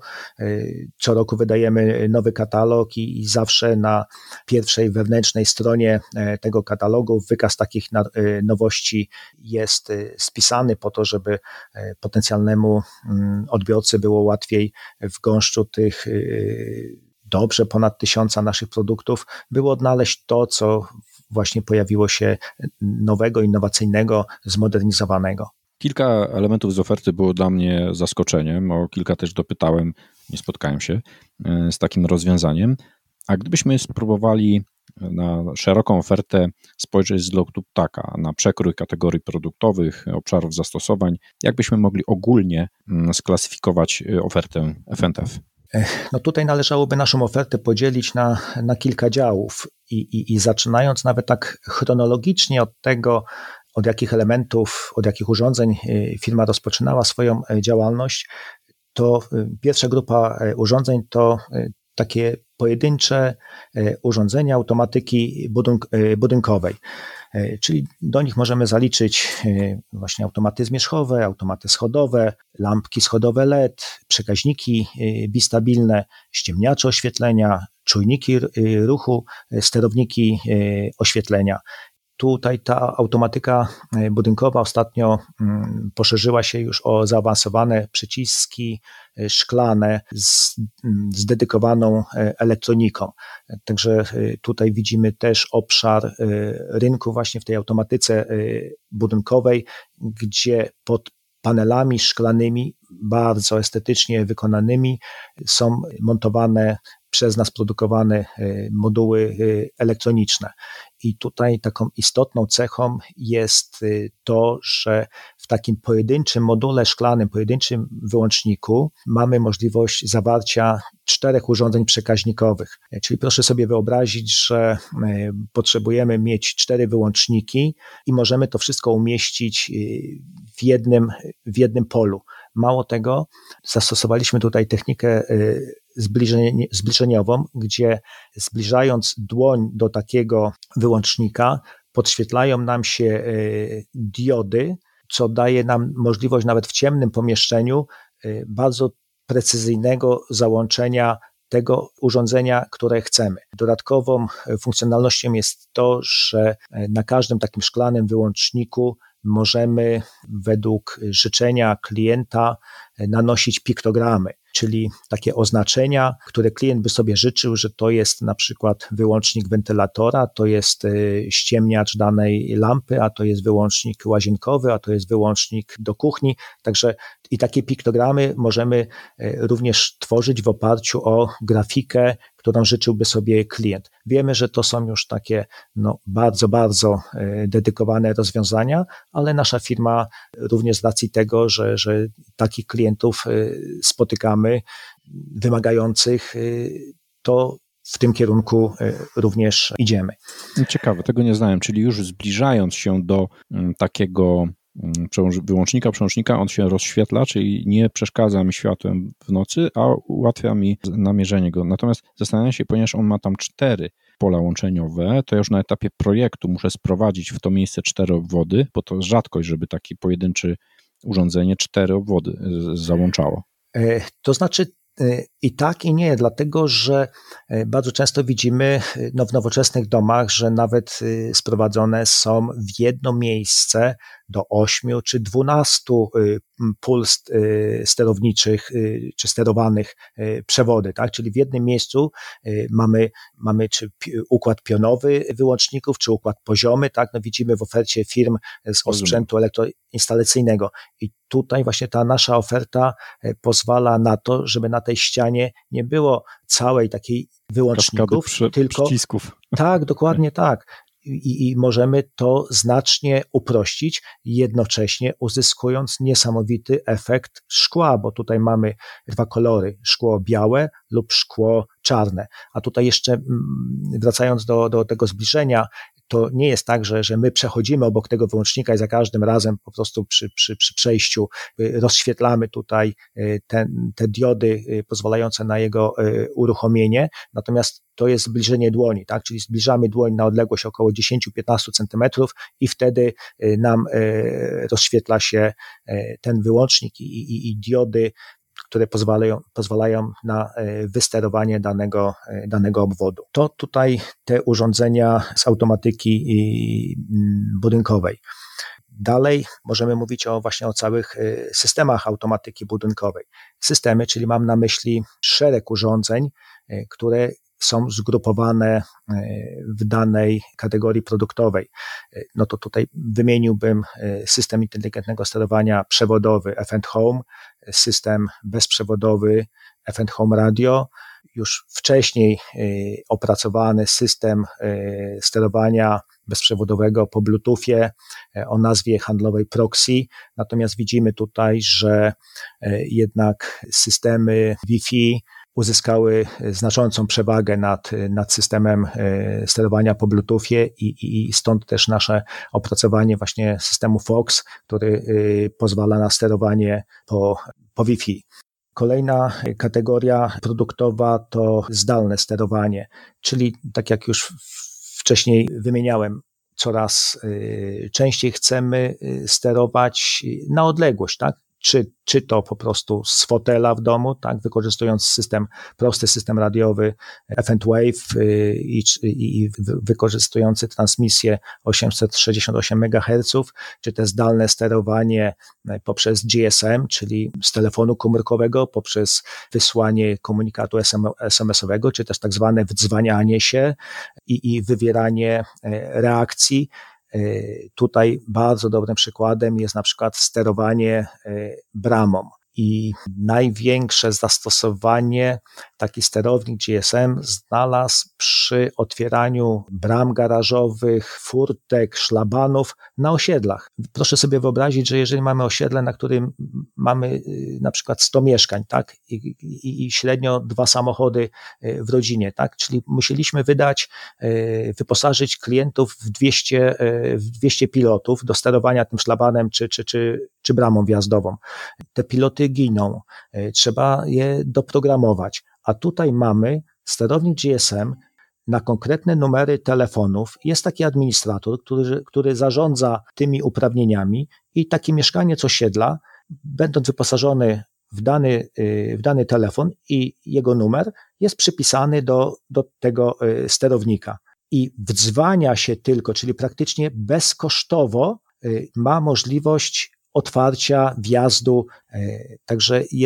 Co roku wydajemy nowy katalog i, i zawsze na pierwszej wewnętrznej stronie tego katalogu wykaz takich nowości jest spisany po to, żeby potencjalnemu odbiorcy było łatwiej w gąszczu tych dobrze ponad tysiąca naszych produktów było odnaleźć to, co właśnie pojawiło się nowego, innowacyjnego, zmodernizowanego. Kilka elementów z oferty było dla mnie zaskoczeniem, o kilka też dopytałem, nie spotkałem się z takim rozwiązaniem. A gdybyśmy spróbowali na szeroką ofertę spojrzeć z lotu ptaka, na przekrój kategorii produktowych, obszarów zastosowań, jak byśmy mogli ogólnie sklasyfikować ofertę F and F? No tutaj należałoby naszą ofertę podzielić na, na kilka działów i, i, i zaczynając nawet tak chronologicznie od tego, od jakich elementów, od jakich urządzeń firma rozpoczynała swoją działalność, to pierwsza grupa urządzeń to takie pojedyncze urządzenia automatyki budynk, budynkowej. Czyli do nich możemy zaliczyć właśnie automaty zmierzchowe, automaty schodowe, lampki schodowe L E D, przekaźniki bistabilne, ściemniacze oświetlenia, czujniki ruchu, sterowniki oświetlenia. Tutaj ta automatyka budynkowa ostatnio poszerzyła się już o zaawansowane przyciski szklane z, z dedykowaną elektroniką. Także tutaj widzimy też obszar rynku właśnie w tej automatyce budynkowej, gdzie pod panelami szklanymi, bardzo estetycznie wykonanymi są montowane przez nas produkowane moduły elektroniczne. I tutaj taką istotną cechą jest to, że w takim pojedynczym module szklanym, pojedynczym wyłączniku mamy możliwość zawarcia czterech urządzeń przekaźnikowych. Czyli proszę sobie wyobrazić, że potrzebujemy mieć cztery wyłączniki i możemy to wszystko umieścić w jednym, w jednym polu. Mało tego, zastosowaliśmy tutaj technikę zbliżenie, zbliżeniową, gdzie zbliżając dłoń do takiego wyłącznika, podświetlają nam się diody, co daje nam możliwość nawet w ciemnym pomieszczeniu bardzo precyzyjnego załączenia tego urządzenia, które chcemy. Dodatkową funkcjonalnością jest to, że na każdym takim szklanym wyłączniku możemy według życzenia klienta nanosić piktogramy. czyli takie oznaczenia, które klient by sobie życzył, że to jest na przykład wyłącznik wentylatora, to jest ściemniacz danej lampy, a to jest wyłącznik łazienkowy, a to jest wyłącznik do kuchni. Także i takie piktogramy możemy również tworzyć w oparciu o grafikę, którą życzyłby sobie klient. Wiemy, że to są już takie no, bardzo, bardzo dedykowane rozwiązania, ale nasza firma również z racji tego, że, że takich klientów spotykamy, wymagających, to w tym kierunku również idziemy. Ciekawe, tego nie znałem, czyli już zbliżając się do takiego wyłącznika, przełącznika, on się rozświetla, czyli nie przeszkadza mi światłem w nocy, a ułatwia mi namierzenie go. Natomiast zastanawiam się, ponieważ on ma tam cztery pola łączeniowe, to już na etapie projektu muszę sprowadzić w to miejsce cztery obwody, bo to rzadkość, żeby taki pojedynczy urządzenie cztery obwody załączało. To znaczy i tak, i nie, dlatego że bardzo często widzimy no, w nowoczesnych domach, że nawet sprowadzone są w jedno miejsce do ośmiu czy dwunastu pól sterowniczych czy sterowanych przewody, tak? Czyli w jednym miejscu mamy, mamy czy układ pionowy wyłączników, czy układ poziomy, tak? No widzimy w ofercie firm z osprzętu elektroinstalacyjnego i tutaj właśnie ta nasza oferta pozwala na to, żeby na tej ścianie nie było całej takiej wyłączników, przy, tylko przycisków. Tak, dokładnie tak. I, I możemy to znacznie uprościć, jednocześnie uzyskując niesamowity efekt szkła, bo tutaj mamy dwa kolory, szkło białe lub szkło czarne. A tutaj jeszcze wracając do, do tego zbliżenia, to nie jest tak, że, że my przechodzimy obok tego wyłącznika i za każdym razem po prostu przy, przy, przy przejściu rozświetlamy tutaj te, te diody pozwalające na jego uruchomienie, natomiast to jest zbliżenie dłoni, tak? Czyli zbliżamy dłoń na odległość około dziesięć do piętnastu centymetrów i wtedy nam rozświetla się ten wyłącznik i, i, i diody, które pozwalają, pozwalają na wysterowanie danego, danego obwodu. To tutaj te urządzenia z automatyki budynkowej. Dalej możemy mówić o właśnie o całych systemach automatyki budynkowej. Systemy, czyli mam na myśli szereg urządzeń, które są zgrupowane w danej kategorii produktowej. No to tutaj wymieniłbym system inteligentnego sterowania przewodowy F and Home, system bezprzewodowy F and Home Radio, już wcześniej opracowany system sterowania bezprzewodowego po Bluetoothie o nazwie handlowej Proxy. Natomiast widzimy tutaj, że jednak systemy Wi-Fi uzyskały znaczącą przewagę nad, nad systemem sterowania po Bluetoothie i, i stąd też nasze opracowanie właśnie systemu Fox, który pozwala na sterowanie po, po Wi-Fi. Kolejna kategoria produktowa to zdalne sterowanie, czyli tak jak już wcześniej wymieniałem, coraz częściej chcemy sterować na odległość, tak? Czy, czy to po prostu z fotela w domu, tak, wykorzystując system, prosty system radiowy F and Wave i, i, i wykorzystujący transmisję osiemset sześćdziesiąt osiem megaherców, czy też zdalne sterowanie poprzez G S M, czyli z telefonu komórkowego, poprzez wysłanie komunikatu S M S-owego, czy też tak zwane wdzwanianie się i, i wywieranie reakcji. Tutaj bardzo dobrym przykładem jest na przykład sterowanie bramą. I największe zastosowanie taki sterownik G S M znalazł przy otwieraniu bram garażowych, furtek, szlabanów na osiedlach. Proszę sobie wyobrazić, że jeżeli mamy osiedle, na którym mamy na przykład sto mieszkań, tak, i, i, i średnio dwa samochody w rodzinie, tak, czyli musieliśmy wydać, wyposażyć klientów w dwieście, w dwieście pilotów do sterowania tym szlabanem czy, czy, czy, czy bramą wjazdową. Te piloty giną, trzeba je doprogramować, a tutaj mamy sterownik G S M na konkretne numery telefonów. Jest taki administrator, który, który zarządza tymi uprawnieniami i taki mieszkaniec osiedla, będąc wyposażony w dany, w dany telefon i jego numer jest przypisany do, do tego sterownika i wdzwania się tylko, czyli praktycznie bezkosztowo ma możliwość otwarcia, wjazdu, także jest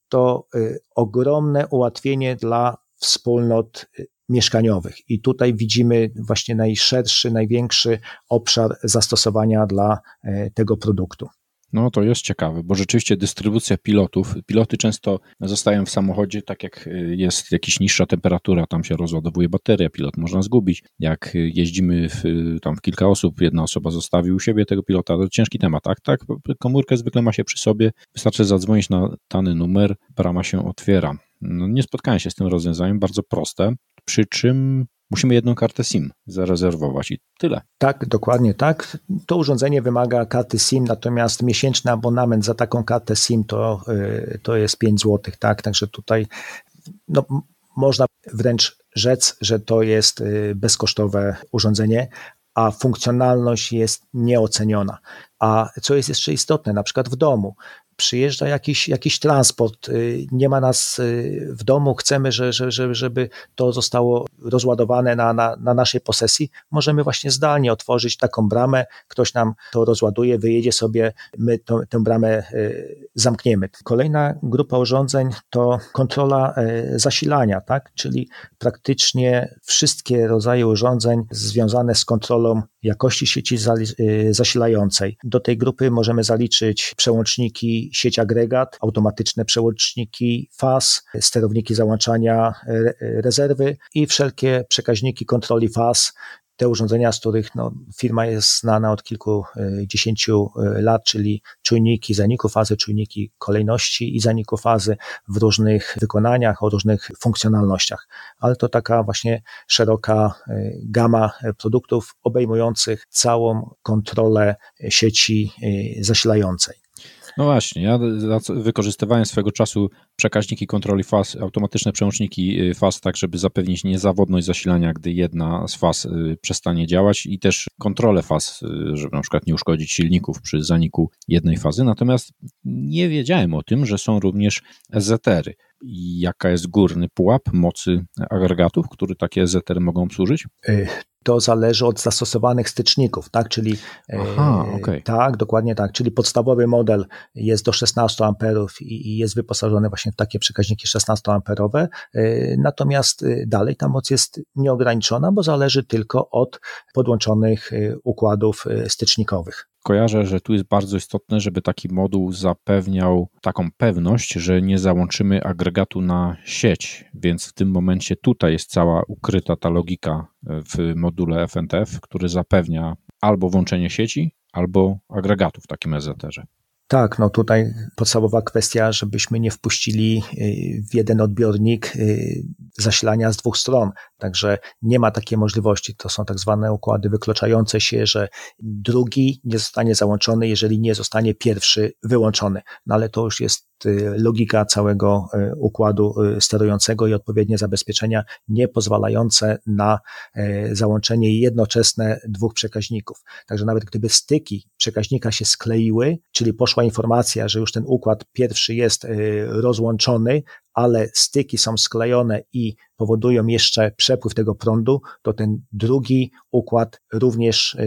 to ogromne ułatwienie dla wspólnot mieszkaniowych. I tutaj widzimy właśnie najszerszy, największy obszar zastosowania dla tego produktu. No to jest ciekawe, bo rzeczywiście dystrybucja pilotów, piloty często zostają w samochodzie, tak jak jest jakaś niższa temperatura, tam się rozładowuje bateria, pilot można zgubić. Jak jeździmy w, tam w kilka osób, jedna osoba zostawi u siebie tego pilota, to ciężki temat, tak? Tak, komórkę zwykle ma się przy sobie, wystarczy zadzwonić na dany numer, brama się otwiera. No, nie spotkałem się z tym rozwiązaniem, bardzo proste, przy czym musimy jedną kartę SIM zarezerwować i tyle. Tak, dokładnie tak. To urządzenie wymaga karty SIM, natomiast miesięczny abonament za taką kartę SIM to, to jest pięć złotych, tak? Także tutaj no, można wręcz rzec, że to jest bezkosztowe urządzenie, a funkcjonalność jest nieoceniona. A co jest jeszcze istotne, na przykład w domu, przyjeżdża jakiś, jakiś transport, nie ma nas w domu, chcemy, że, że, żeby to zostało rozładowane na, na, na naszej posesji, możemy właśnie zdalnie otworzyć taką bramę, ktoś nam to rozładuje, wyjedzie sobie, my to, tę bramę zamkniemy. Kolejna grupa urządzeń to kontrola zasilania, tak? Czyli praktycznie wszystkie rodzaje urządzeń związane z kontrolą jakości sieci zasilającej. Do tej grupy możemy zaliczyć przełączniki sieć agregat, automatyczne przełączniki faz, sterowniki załączania rezerwy i wszelkie przekaźniki kontroli faz. Te urządzenia, z których no, firma jest znana od kilkudziesięciu lat, czyli czujniki zaniku fazy, czujniki kolejności i zaniku fazy w różnych wykonaniach, o różnych funkcjonalnościach. Ale to taka właśnie szeroka gama produktów obejmujących całą kontrolę sieci zasilającej. No właśnie, ja wykorzystywałem swego czasu przekaźniki kontroli faz, automatyczne przełączniki faz, tak żeby zapewnić niezawodność zasilania, gdy jedna z faz przestanie działać i też kontrolę faz, żeby na przykład nie uszkodzić silników przy zaniku jednej fazy. Natomiast nie wiedziałem o tym, że są również E Z T-y. I jaka jest górny pułap mocy agregatów, który takie E Z T-y mogą obsłużyć? To zależy od zastosowanych styczników, tak? Czyli Aha, okay. tak, dokładnie tak. Czyli podstawowy model jest do szesnastu amperów i, i jest wyposażony właśnie w takie przekaźniki szesnastoamperowe. Natomiast dalej ta moc jest nieograniczona, bo zależy tylko od podłączonych układów stycznikowych. Kojarzę, że tu jest bardzo istotne, żeby taki moduł zapewniał taką pewność, że nie załączymy agregatu na sieć, więc w tym momencie tutaj jest cała ukryta ta logika w module F N T F, który zapewnia albo włączenie sieci, albo agregatu w takim E Z T-ze. Tak, no tutaj podstawowa kwestia, żebyśmy nie wpuścili w jeden odbiornik zasilania z dwóch stron. Także nie ma takiej możliwości. To są tak zwane układy wykluczające się, że drugi nie zostanie załączony, jeżeli nie zostanie pierwszy wyłączony. No ale to już jest logika całego układu sterującego i odpowiednie zabezpieczenia nie pozwalające na załączenie jednoczesne dwóch przekaźników. Także nawet gdyby styki przekaźnika się skleiły, czyli poszła informacja, że już ten układ pierwszy jest rozłączony, ale styki są sklejone i powodują jeszcze przepływ tego prądu, to ten drugi układ również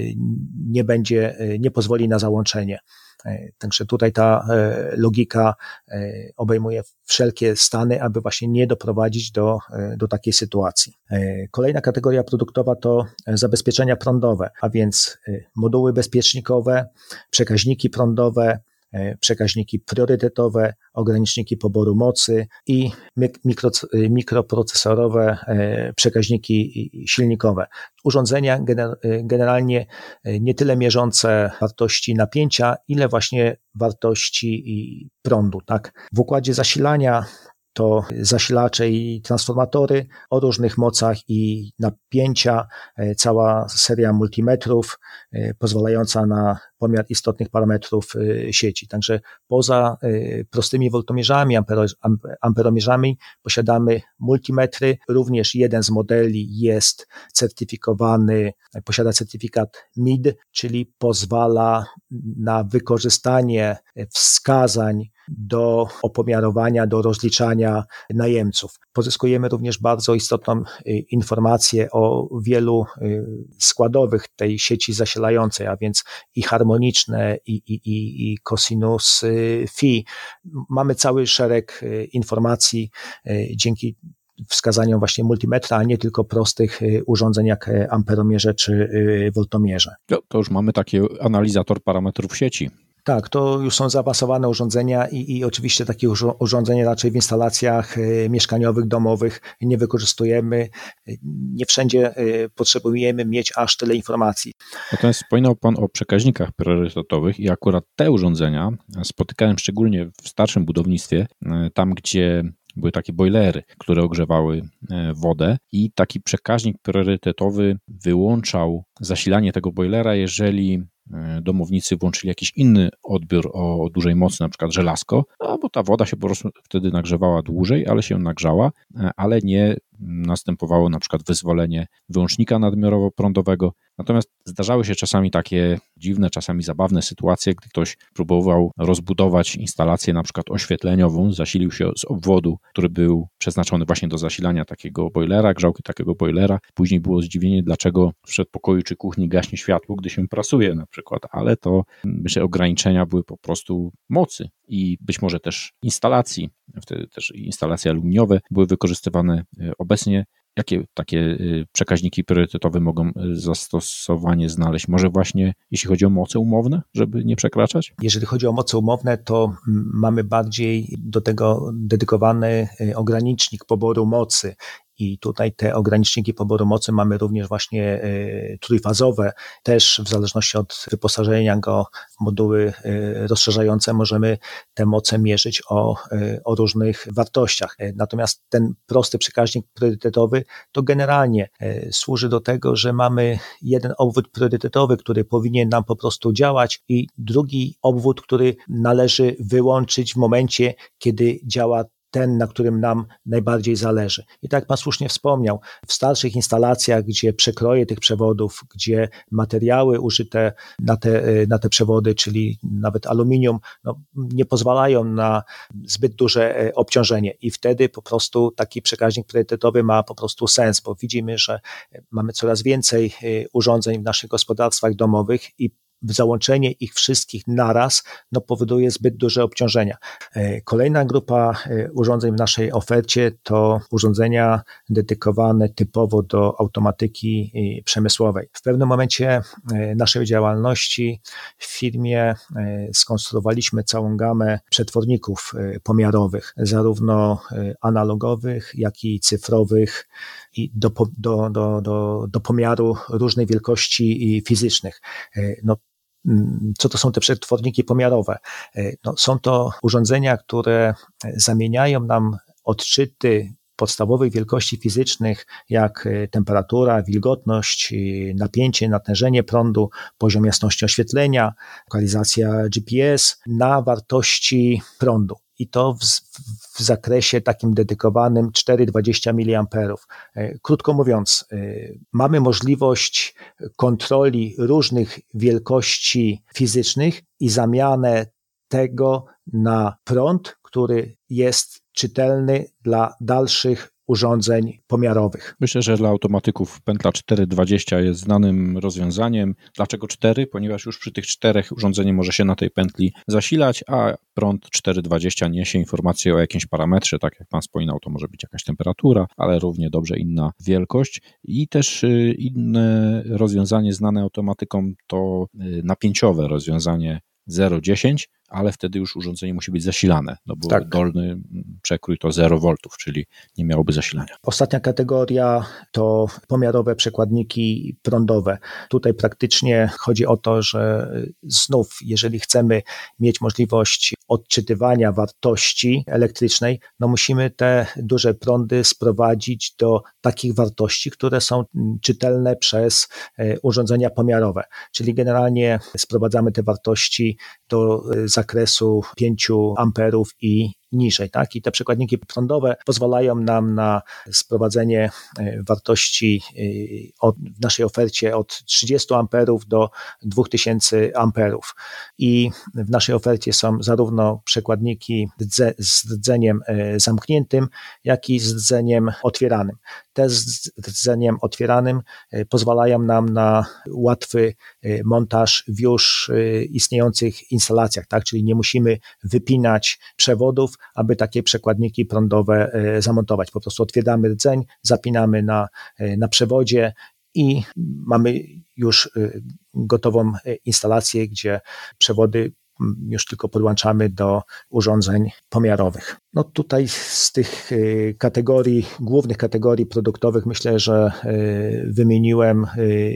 nie będzie, nie pozwoli na załączenie. Także tutaj ta logika obejmuje wszelkie stany, aby właśnie nie doprowadzić do, do takiej sytuacji. Kolejna kategoria produktowa to zabezpieczenia prądowe, a więc moduły bezpiecznikowe, przekaźniki prądowe, przekaźniki priorytetowe, ograniczniki poboru mocy i mikro, mikroprocesorowe przekaźniki silnikowe. Urządzenia generalnie nie tyle mierzące wartości napięcia, ile właśnie wartości prądu. Tak? W układzie zasilania to zasilacze i transformatory o różnych mocach i napięcia, cała seria multimetrów pozwalająca na pomiar istotnych parametrów sieci. Także poza prostymi woltomierzami, amperomierzami posiadamy multimetry. Również jeden z modeli jest certyfikowany, posiada certyfikat M I D, czyli pozwala na wykorzystanie wskazań do opomiarowania, do rozliczania najemców. Pozyskujemy również bardzo istotną informację o wielu składowych tej sieci zasilającej, a więc i harmoniczne, i, i, i, i cosinus phi. Mamy cały szereg informacji dzięki wskazaniom właśnie multimetra, a nie tylko prostych urządzeń jak amperomierze czy woltomierze. To, to już mamy taki analizator parametrów sieci. Tak, to już są zaawansowane urządzenia i, i oczywiście takich urządzeń raczej w instalacjach mieszkaniowych, domowych nie wykorzystujemy. Nie wszędzie potrzebujemy mieć aż tyle informacji. Natomiast wspominał Pan o przekaźnikach priorytetowych i akurat te urządzenia spotykałem szczególnie w starszym budownictwie, tam gdzie były takie bojlery, które ogrzewały wodę i taki przekaźnik priorytetowy wyłączał zasilanie tego bojlera, jeżeli domownicy włączyli jakiś inny odbiór o dużej mocy, na przykład żelazko, no bo ta woda się po prostu wtedy nagrzewała dłużej, ale się nagrzała, ale nie następowało na przykład wyzwolenie wyłącznika nadmiarowo-prądowego. Natomiast zdarzały się czasami takie dziwne, czasami zabawne sytuacje, gdy ktoś próbował rozbudować instalację na przykład oświetleniową, zasilił się z obwodu, który był przeznaczony właśnie do zasilania takiego bojlera, grzałki takiego bojlera. Później było zdziwienie, dlaczego w przedpokoju czy kuchni gaśnie światło, gdy się prasuje na przykład, ale to myślę ograniczenia były po prostu mocy i być może też instalacji, wtedy też instalacje aluminiowe były wykorzystywane obecnie. Jakie takie przekaźniki priorytetowe mogą zastosowanie znaleźć? Może właśnie jeśli chodzi o moce umowne, żeby nie przekraczać? Jeżeli chodzi o moce umowne, to mamy bardziej do tego dedykowany ogranicznik poboru mocy. I tutaj te ograniczniki poboru mocy mamy również właśnie y, trójfazowe. Też w zależności od wyposażenia go w moduły y, rozszerzające możemy te moce mierzyć o, y, o różnych wartościach. Y, natomiast ten prosty przekaźnik priorytetowy to generalnie y, służy do tego, że mamy jeden obwód priorytetowy, który powinien nam po prostu działać i drugi obwód, który należy wyłączyć w momencie, kiedy działa ten, na którym nam najbardziej zależy. I tak jak Pan słusznie wspomniał, w starszych instalacjach, gdzie przekroje tych przewodów, gdzie materiały użyte na te, na te przewody, czyli nawet aluminium, no, nie pozwalają na zbyt duże obciążenie i wtedy po prostu taki przekaźnik priorytetowy ma po prostu sens, bo widzimy, że mamy coraz więcej urządzeń w naszych gospodarstwach domowych i załączenie ich wszystkich naraz no, powoduje zbyt duże obciążenia. Kolejna grupa urządzeń w naszej ofercie to urządzenia dedykowane typowo do automatyki przemysłowej. W pewnym momencie naszej działalności w firmie skonstruowaliśmy całą gamę przetworników pomiarowych, zarówno analogowych, jak i cyfrowych i do, do, do, do, do pomiaru różnej wielkości fizycznych. No, co to są te przetworniki pomiarowe? No, są to urządzenia, które zamieniają nam odczyty podstawowych wielkości fizycznych, jak temperatura, wilgotność, napięcie, natężenie prądu, poziom jasności oświetlenia, lokalizacja G P S na wartości prądu. I to w, w zakresie takim dedykowanym cztery przecinek dwadzieścia miliamperów. Krótko mówiąc, mamy możliwość kontroli różnych wielkości fizycznych i zamianę tego na prąd, który jest czytelny dla dalszych urządzeń pomiarowych. Myślę, że dla automatyków pętla cztery dwadzieścia jest znanym rozwiązaniem. Dlaczego cztery? Ponieważ już przy tych czterech urządzenie może się na tej pętli zasilać, a prąd cztery dwadzieścia niesie informację o jakimś parametrze, tak jak Pan wspominał, to może być jakaś temperatura, ale równie dobrze inna wielkość. I też inne rozwiązanie znane automatykom to napięciowe rozwiązanie zero dziesięć, ale wtedy już urządzenie musi być zasilane, no bo tak. Dolny przekrój to zero woltów, czyli nie miałoby zasilania. Ostatnia kategoria to pomiarowe przekładniki prądowe. Tutaj praktycznie chodzi o to, że znów, jeżeli chcemy mieć możliwość odczytywania wartości elektrycznej, no musimy te duże prądy sprowadzić do takich wartości, które są czytelne przez urządzenia pomiarowe. Czyli generalnie sprowadzamy te wartości do zakresu pięć amperów i niżej, tak? I te przekładniki prądowe pozwalają nam na sprowadzenie wartości od, w naszej ofercie od trzydziestu amperów do dwóch tysięcy amperów. I w naszej ofercie są zarówno przekładniki z rdzeniem zamkniętym, jak i z rdzeniem otwieranym. Te z rdzeniem otwieranym pozwalają nam na łatwy montaż w już istniejących instalacjach, tak? Czyli nie musimy wypinać przewodów, aby takie przekładniki prądowe zamontować. Po prostu otwieramy rdzeń, zapinamy na, na przewodzie i mamy już gotową instalację, gdzie przewody już tylko podłączamy do urządzeń pomiarowych. No tutaj z tych kategorii, głównych kategorii produktowych myślę, że wymieniłem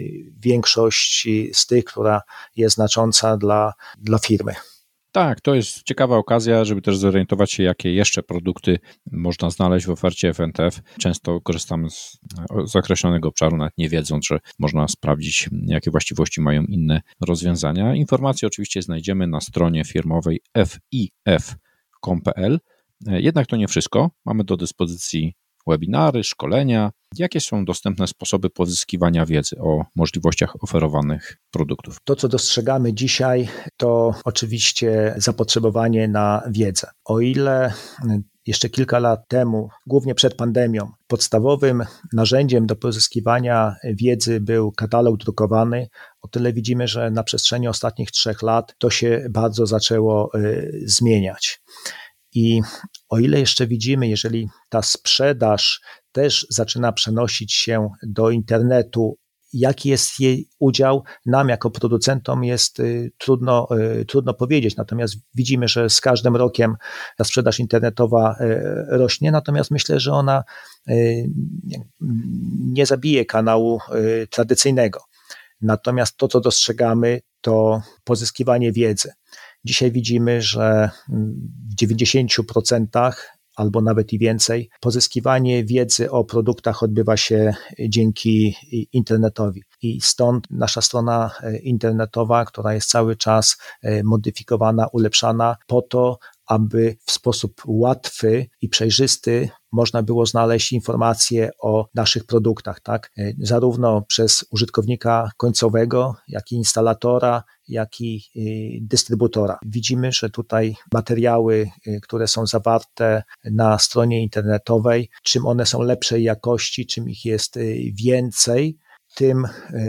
większość z tych, która jest znacząca dla, dla firmy. Tak, to jest ciekawa okazja, żeby też zorientować się, jakie jeszcze produkty można znaleźć w ofercie F N T F. Często korzystamy z zakreślonego obszaru, nawet nie wiedząc, że można sprawdzić, jakie właściwości mają inne rozwiązania. Informacje oczywiście znajdziemy na stronie firmowej f i f kropka com kropka p l. Jednak to nie wszystko. Mamy do dyspozycji webinary, szkolenia. Jakie są dostępne sposoby pozyskiwania wiedzy o możliwościach oferowanych produktów? To, co dostrzegamy dzisiaj, to oczywiście zapotrzebowanie na wiedzę. O ile jeszcze kilka lat temu, głównie przed pandemią, podstawowym narzędziem do pozyskiwania wiedzy był katalog drukowany, o tyle widzimy, że na przestrzeni ostatnich trzech lat to się bardzo zaczęło y, zmieniać. I o ile jeszcze widzimy, jeżeli ta sprzedaż też zaczyna przenosić się do internetu, jaki jest jej udział, nam jako producentom jest y, trudno, y, trudno powiedzieć. Natomiast widzimy, że z każdym rokiem ta sprzedaż internetowa y, rośnie, natomiast myślę, że ona y, nie zabije kanału y, tradycyjnego. Natomiast to, co dostrzegamy, to pozyskiwanie wiedzy. Dzisiaj widzimy, że w dziewięćdziesięciu procentach albo nawet i więcej pozyskiwanie wiedzy o produktach odbywa się dzięki internetowi. I stąd nasza strona internetowa, która jest cały czas modyfikowana, ulepszana po to, aby w sposób łatwy i przejrzysty można było znaleźć informacje o naszych produktach, tak? Zarówno przez użytkownika końcowego, jak i instalatora, jak i dystrybutora. Widzimy, że tutaj materiały, które są zawarte na stronie internetowej, czym one są lepszej jakości, czym ich jest więcej, tym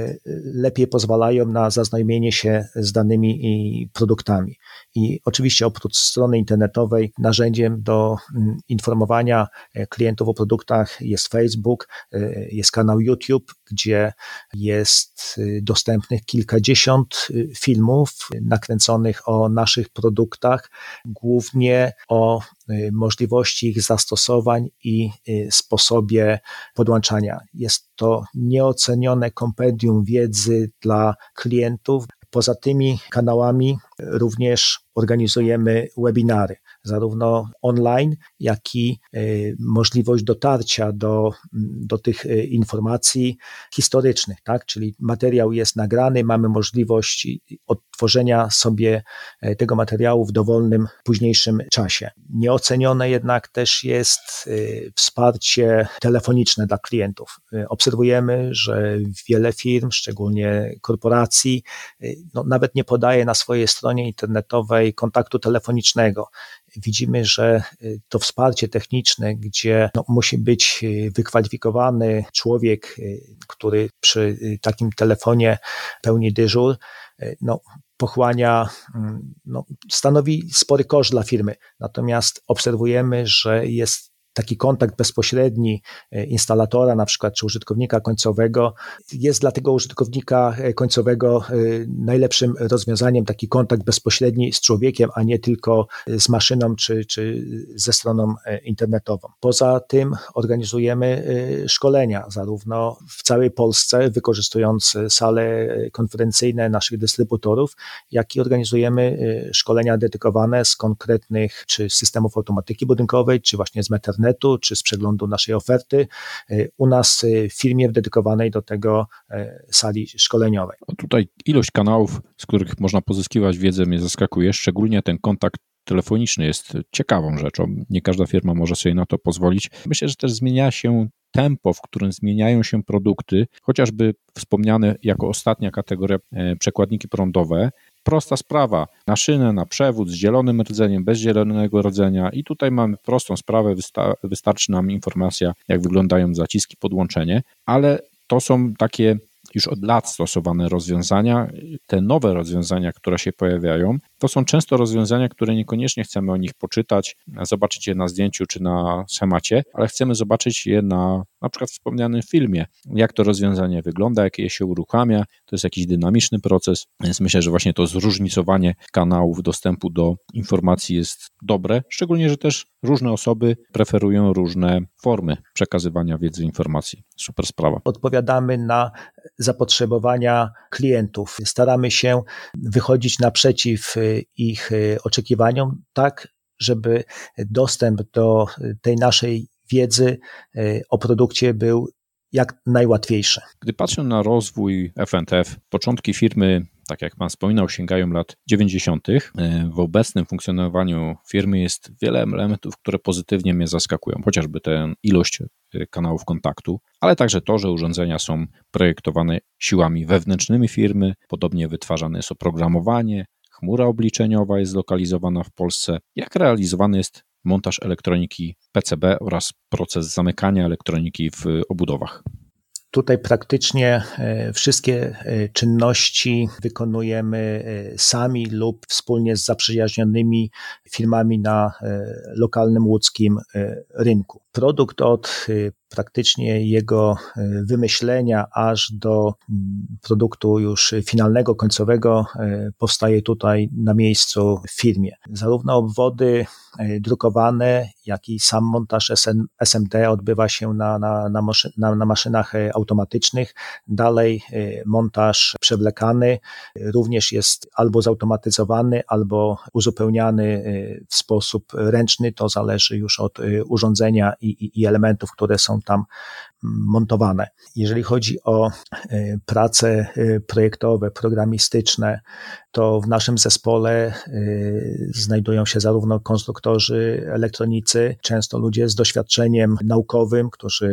lepiej pozwalają na zaznajomienie się z danymi produktami. I oczywiście oprócz strony internetowej narzędziem do informowania klientów o produktach jest Facebook, jest kanał YouTube, gdzie jest dostępnych kilkadziesiąt filmów nakręconych o naszych produktach, głównie o możliwości ich zastosowań i sposobie podłączania. Jest to nieocenione kompendium wiedzy dla klientów. Poza tymi kanałami również organizujemy webinary, zarówno online, jak i możliwość dotarcia do, do tych informacji historycznych, tak? Czyli materiał jest nagrany, mamy możliwość odtworzenia sobie tego materiału w dowolnym, późniejszym czasie. Nieocenione jednak też jest wsparcie telefoniczne dla klientów. Obserwujemy, że wiele firm, szczególnie korporacji, no, nawet nie podaje na swojej stronie internetowej kontaktu telefonicznego. Widzimy, że to wsparcie techniczne, gdzie no, musi być wykwalifikowany człowiek, który przy takim telefonie pełni dyżur, no, pochłania, no, stanowi spory koszt dla firmy. Natomiast obserwujemy, że jest taki kontakt bezpośredni instalatora, na przykład, czy użytkownika końcowego, jest dla tego użytkownika końcowego najlepszym rozwiązaniem taki kontakt bezpośredni z człowiekiem, a nie tylko z maszyną, czy, czy ze stroną internetową. Poza tym organizujemy szkolenia, zarówno w całej Polsce, wykorzystując sale konferencyjne naszych dystrybutorów, jak i organizujemy szkolenia dedykowane z konkretnych, czy systemów automatyki budynkowej, czy właśnie z Methernetu, czy z przeglądu naszej oferty u nas w firmie w dedykowanej do tego sali szkoleniowej. O tutaj ilość kanałów, z których można pozyskiwać wiedzę, mnie zaskakuje, szczególnie ten kontakt telefoniczny jest ciekawą rzeczą. Nie każda firma może sobie na to pozwolić. Myślę, że też zmienia się tempo, w którym zmieniają się produkty, chociażby wspomniane jako ostatnia kategoria przekładniki prądowe. Prosta sprawa, na szynę, na przewód z zielonym rdzeniem, bez zielonego rdzenia i tutaj mamy prostą sprawę, wysta- wystarczy nam informacja, jak wyglądają zaciski, podłączenie, ale to są takie już od lat stosowane rozwiązania. Te nowe rozwiązania, które się pojawiają, to są często rozwiązania, które niekoniecznie chcemy o nich poczytać, zobaczyć je na zdjęciu czy na schemacie, ale chcemy zobaczyć je na na przykład wspomnianym filmie, jak to rozwiązanie wygląda, jak je się uruchamia. To jest jakiś dynamiczny proces, więc myślę, że właśnie to zróżnicowanie kanałów dostępu do informacji jest dobre, szczególnie, że też różne osoby preferują różne formy przekazywania wiedzy, informacji. Super sprawa. Odpowiadamy na zapotrzebowania klientów. Staramy się wychodzić naprzeciw ich oczekiwaniom tak, żeby dostęp do tej naszej wiedzy o produkcie był jak najłatwiejszy. Gdy patrzę na rozwój F and F, początki firmy, tak jak Pan wspominał, sięgają lat dziewięćdziesiątych. W obecnym funkcjonowaniu firmy jest wiele elementów, które pozytywnie mnie zaskakują, chociażby tę ilość kanałów kontaktu, ale także to, że urządzenia są projektowane siłami wewnętrznymi firmy, podobnie wytwarzane jest oprogramowanie, chmura obliczeniowa jest zlokalizowana w Polsce, jak realizowany jest montaż elektroniki P C B oraz proces zamykania elektroniki w obudowach. Tutaj praktycznie wszystkie czynności wykonujemy sami lub wspólnie z zaprzyjaźnionymi firmami na lokalnym łódzkim rynku. Produkt od praktycznie jego wymyślenia aż do produktu już finalnego, końcowego powstaje tutaj na miejscu w firmie. Zarówno obwody drukowane, jak i sam montaż S M D odbywa się na, na, na, maszy, na, na maszynach automatycznych. Dalej montaż przewlekany również jest albo zautomatyzowany, albo uzupełniany w sposób ręczny. To zależy już od urządzenia i, i, i elementów, które są tam montowane. Jeżeli chodzi o prace projektowe, programistyczne, to w naszym zespole znajdują się zarówno konstruktorzy, elektronicy, często ludzie z doświadczeniem naukowym, którzy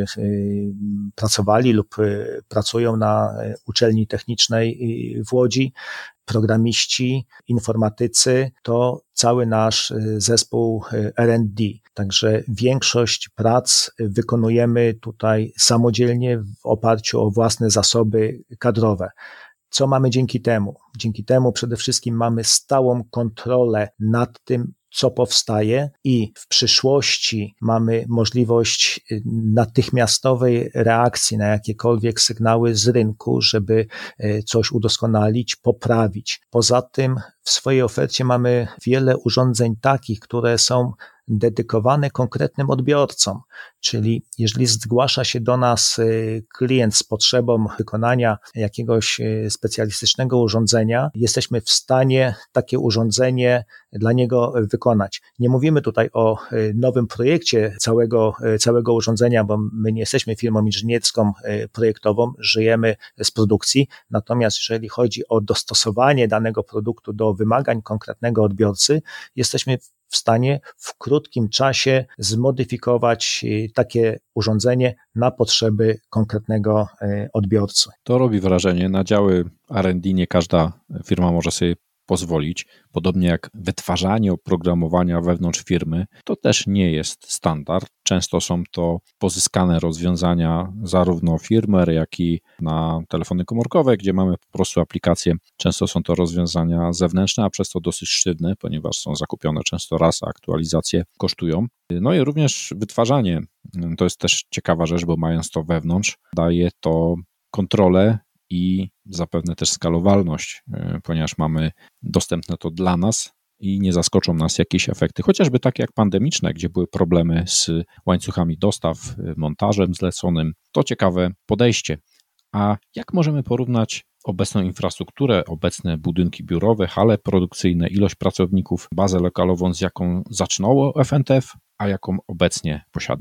pracowali lub pracują na uczelni technicznej w Łodzi, programiści, informatycy, to cały nasz zespół R and D. Także większość prac wykonujemy tutaj samodzielnie w oparciu o własne zasoby kadrowe. Co mamy dzięki temu? Dzięki temu przede wszystkim mamy stałą kontrolę nad tym, co powstaje i w przyszłości mamy możliwość natychmiastowej reakcji na jakiekolwiek sygnały z rynku, żeby coś udoskonalić, poprawić. Poza tym w swojej ofercie mamy wiele urządzeń takich, które są dedykowane konkretnym odbiorcom, czyli jeżeli zgłasza się do nas klient z potrzebą wykonania jakiegoś specjalistycznego urządzenia, jesteśmy w stanie takie urządzenie dla niego wykonać. Nie mówimy tutaj o nowym projekcie całego, całego urządzenia, bo my nie jesteśmy firmą inżynierską, projektową, żyjemy z produkcji, natomiast jeżeli chodzi o dostosowanie danego produktu do wymagań konkretnego odbiorcy, jesteśmy w stanie w krótkim czasie zmodyfikować takie urządzenie na potrzeby konkretnego odbiorcy. To robi wrażenie. Na działy R and D nie każda firma może sobie pozwolić. Podobnie jak wytwarzanie oprogramowania wewnątrz firmy, to też nie jest standard. Często są to pozyskane rozwiązania zarówno firmware, jak i na telefony komórkowe, gdzie mamy po prostu aplikacje. Często są to rozwiązania zewnętrzne, a przez to dosyć sztywne, ponieważ są zakupione często raz, a aktualizacje kosztują. No i również wytwarzanie, to jest też ciekawa rzecz, bo mając to wewnątrz, daje to kontrolę i zapewne też skalowalność, ponieważ mamy dostępne to dla nas i nie zaskoczą nas jakieś efekty, chociażby takie jak pandemiczne, gdzie były problemy z łańcuchami dostaw, montażem zleconym. To ciekawe podejście. A jak możemy porównać obecną infrastrukturę, obecne budynki biurowe, hale produkcyjne, ilość pracowników, bazę lokalową, z jaką zaczynało F and F, a jaką obecnie posiada?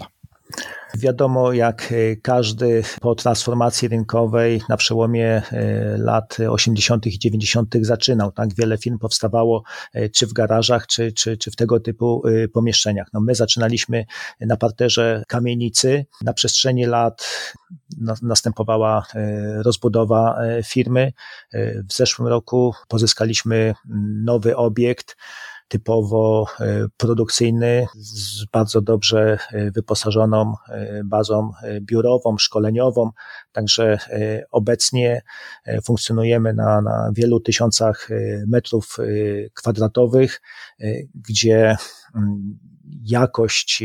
Wiadomo, jak każdy po transformacji rynkowej na przełomie lat osiemdziesiątych i dziewięćdziesiątych zaczynał. Tak? Wiele firm powstawało czy w garażach, czy, czy, czy w tego typu pomieszczeniach. No my zaczynaliśmy na parterze kamienicy. Na przestrzeni lat następowała rozbudowa firmy. W zeszłym roku pozyskaliśmy nowy obiekt, typowo produkcyjny, z bardzo dobrze wyposażoną bazą biurową, szkoleniową. Także obecnie funkcjonujemy na, na wielu tysiącach metrów kwadratowych, gdzie jakość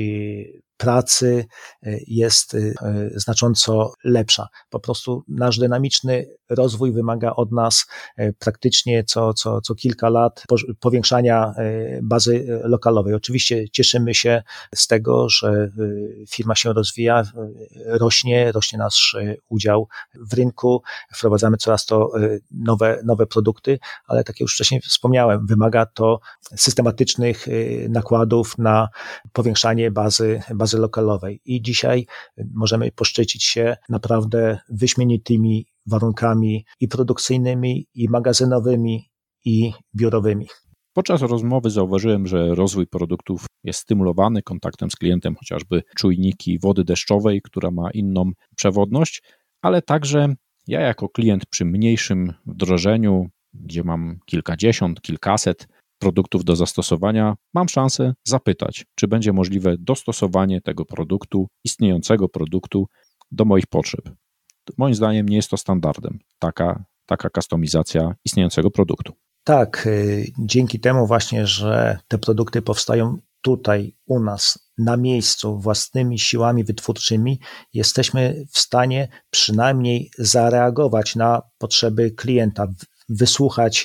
pracy jest znacząco lepsza. Po prostu nasz dynamiczny rozwój wymaga od nas praktycznie co, co, co kilka lat powiększania bazy lokalowej. Oczywiście cieszymy się z tego, że firma się rozwija, rośnie, rośnie nasz udział w rynku, wprowadzamy coraz to nowe, nowe produkty, ale tak jak już wcześniej wspomniałem, wymaga to systematycznych nakładów na powiększanie bazy, bazy lokalowej. I dzisiaj możemy poszczycić się naprawdę wyśmienitymi warunkami i produkcyjnymi, i magazynowymi, i biurowymi. Podczas rozmowy zauważyłem, że rozwój produktów jest stymulowany kontaktem z klientem, chociażby czujniki wody deszczowej, która ma inną przewodność, ale także ja jako klient przy mniejszym wdrożeniu, gdzie mam kilkadziesiąt, kilkaset produktów do zastosowania, mam szansę zapytać, czy będzie możliwe dostosowanie tego produktu, istniejącego produktu do moich potrzeb. Moim zdaniem nie jest to standardem, taka, taka kustomizacja istniejącego produktu. Tak, dzięki temu właśnie, że te produkty powstają tutaj u nas na miejscu własnymi siłami wytwórczymi, jesteśmy w stanie przynajmniej zareagować na potrzeby klienta, wysłuchać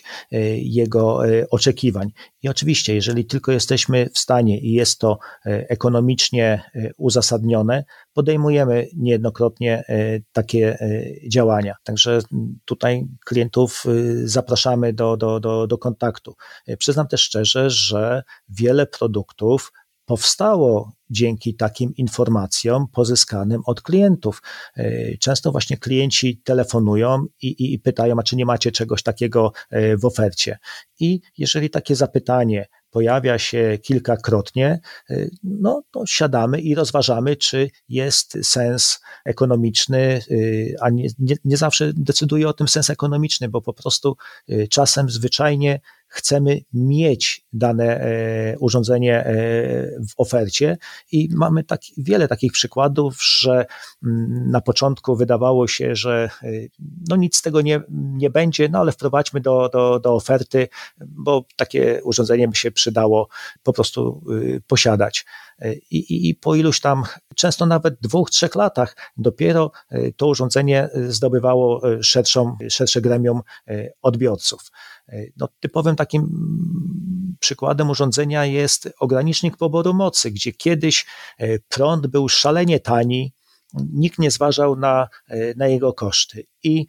jego oczekiwań. I oczywiście, jeżeli tylko jesteśmy w stanie i jest to ekonomicznie uzasadnione, podejmujemy niejednokrotnie takie działania. Także tutaj klientów zapraszamy do, do, do, do kontaktu. Przyznam też szczerze, że wiele produktów powstało dzięki takim informacjom pozyskanym od klientów. Często właśnie klienci telefonują i, i, i pytają, a czy nie macie czegoś takiego w ofercie? I jeżeli takie zapytanie pojawia się kilkakrotnie, no to siadamy i rozważamy, czy jest sens ekonomiczny, a nie, nie, nie zawsze decyduje o tym sens ekonomiczny, bo po prostu czasem zwyczajnie chcemy mieć dane urządzenie w ofercie i mamy tak, wiele takich przykładów, że na początku wydawało się, że no nic z tego nie, nie będzie, no ale wprowadźmy do, do, do oferty, bo takie urządzenie by się przydało po prostu posiadać. I, i, i po iluś tam, często nawet dwóch, trzech latach dopiero to urządzenie zdobywało szerszą, szersze gremium odbiorców. No, typowym takim przykładem urządzenia jest ogranicznik poboru mocy, gdzie kiedyś prąd był szalenie tani, nikt nie zważał na, na jego koszty. I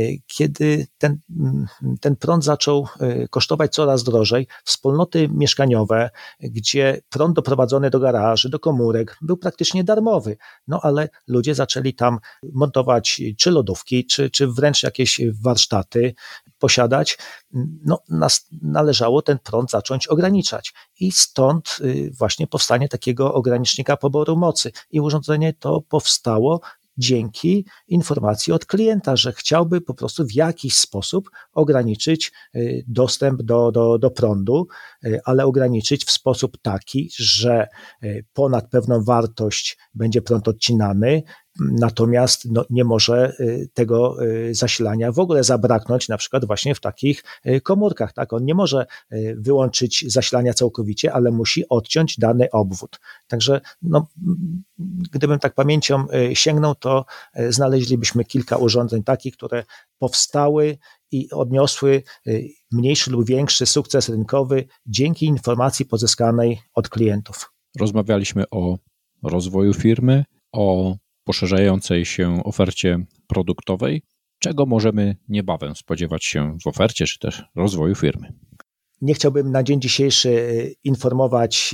kiedy ten, ten prąd zaczął kosztować coraz drożej, wspólnoty mieszkaniowe, gdzie prąd doprowadzony do garaży, do komórek był praktycznie darmowy, no ale ludzie zaczęli tam montować czy lodówki, czy, czy wręcz jakieś warsztaty posiadać, no nas, należało ten prąd zacząć ograniczać. I stąd właśnie powstanie takiego ogranicznika poboru mocy. I urządzenie to powstało dzięki informacji od klienta, że chciałby po prostu w jakiś sposób ograniczyć dostęp do, do, do prądu, ale ograniczyć w sposób taki, że ponad pewną wartość będzie prąd odcinany, natomiast no, nie może tego zasilania w ogóle zabraknąć, na przykład właśnie w takich komórkach. Tak? On nie może wyłączyć zasilania całkowicie, ale musi odciąć dany obwód. Także no, gdybym tak pamięcią sięgnął, to znaleźlibyśmy kilka urządzeń takich, które powstały i odniosły mniejszy lub większy sukces rynkowy dzięki informacji pozyskanej od klientów. Rozmawialiśmy o rozwoju firmy, o poszerzającej się ofercie produktowej. Czego możemy niebawem spodziewać się w ofercie, czy też rozwoju firmy? nie chciałbym na dzień dzisiejszy informować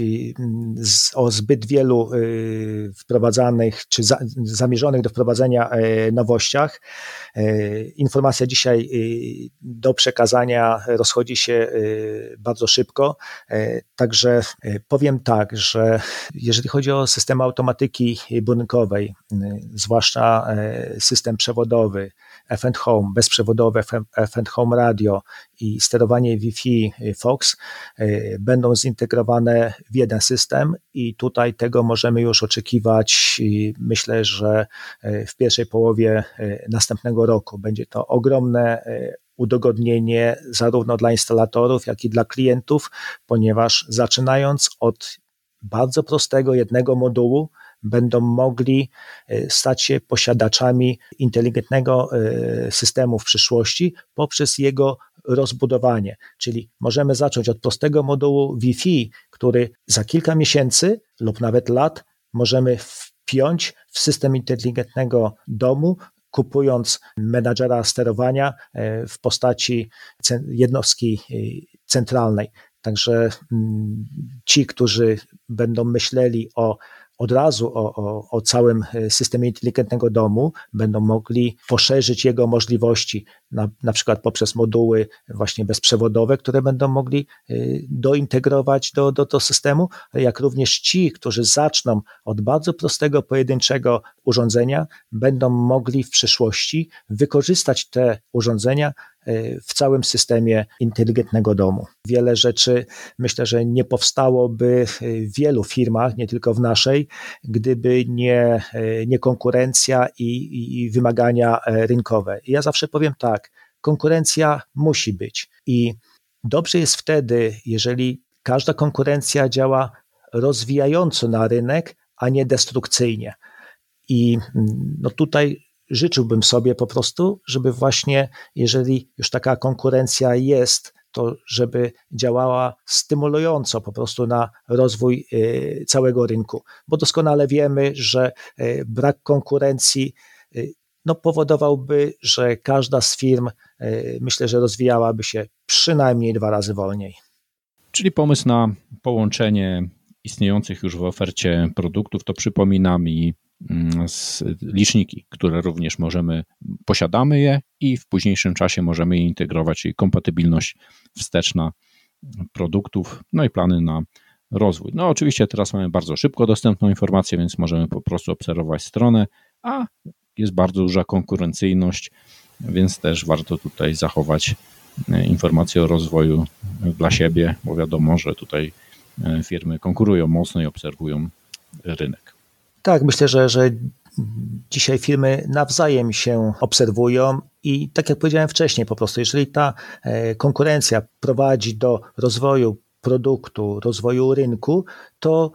o zbyt wielu wprowadzanych czy za, zamierzonych do wprowadzenia nowościach. Informacja dzisiaj do przekazania rozchodzi się bardzo szybko, także powiem tak, że jeżeli chodzi o systemy automatyki budynkowej, zwłaszcza system przewodowy, F and Home, bezprzewodowe F and Home radio i sterowanie Wi-Fi Fox będą zintegrowane w jeden system i tutaj tego możemy już oczekiwać. Myślę, że w pierwszej połowie następnego roku będzie to ogromne udogodnienie zarówno dla instalatorów, jak i dla klientów, ponieważ zaczynając od bardzo prostego jednego modułu, będą mogli stać się posiadaczami inteligentnego systemu w przyszłości poprzez jego rozbudowanie. Czyli możemy zacząć od prostego modułu Wi-Fi, który za kilka miesięcy lub nawet lat możemy wpiąć w system inteligentnego domu, kupując menadżera sterowania w postaci jednostki centralnej. Także ci, którzy będą myśleli o od razu o, o, o całym systemie inteligentnego domu, będą mogli poszerzyć jego możliwości, na, na przykład poprzez moduły właśnie bezprzewodowe, które będą mogli dointegrować do, do, do systemu, jak również ci, którzy zaczną od bardzo prostego, pojedynczego urządzenia, będą mogli w przyszłości wykorzystać te urządzenia w całym systemie inteligentnego domu. Wiele rzeczy myślę, że nie powstałoby w wielu firmach, nie tylko w naszej, gdyby nie, nie konkurencja i, i wymagania rynkowe. I ja zawsze powiem tak, konkurencja musi być i dobrze jest wtedy, jeżeli każda konkurencja działa rozwijająco na rynek, a nie destrukcyjnie. I no tutaj życzyłbym sobie po prostu, żeby właśnie, jeżeli już taka konkurencja jest, to żeby działała stymulująco po prostu na rozwój całego rynku, bo doskonale wiemy, że brak konkurencji no, powodowałby, że każda z firm, myślę, że rozwijałaby się przynajmniej dwa razy wolniej. Czyli pomysł na połączenie istniejących już w ofercie produktów, to przypomina mi liczniki, które również możemy, posiadamy je i w późniejszym czasie możemy je integrować, czyli kompatybilność wsteczna produktów, no i plany na rozwój. No oczywiście teraz mamy bardzo szybko dostępną informację, więc możemy po prostu obserwować stronę, a jest bardzo duża konkurencyjność, więc też warto tutaj zachować informacje o rozwoju dla siebie, bo wiadomo, że tutaj firmy konkurują mocno i obserwują rynek. Tak, myślę, że, że dzisiaj firmy nawzajem się obserwują i tak jak powiedziałem wcześniej, po prostu jeżeli ta konkurencja prowadzi do rozwoju produktu, rozwoju rynku, to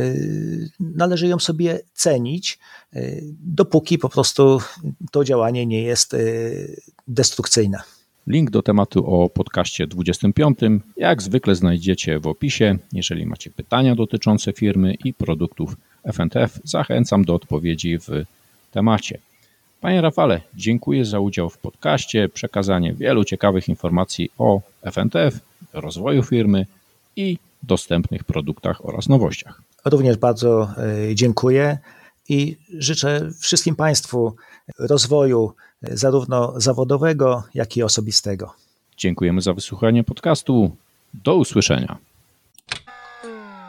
należy ją sobie cenić, dopóki po prostu to działanie nie jest destrukcyjne. Link do tematu o podcaście dwudziestym piątym jak zwykle znajdziecie w opisie. Jeżeli macie pytania dotyczące firmy i produktów F and F, zachęcam do odpowiedzi w temacie. Panie Rafale, dziękuję za udział w podcaście, przekazanie wielu ciekawych informacji o F and F, rozwoju firmy i dostępnych produktach oraz nowościach. Również bardzo dziękuję i życzę wszystkim Państwu rozwoju zarówno zawodowego, jak i osobistego. Dziękujemy za wysłuchanie podcastu. Do usłyszenia.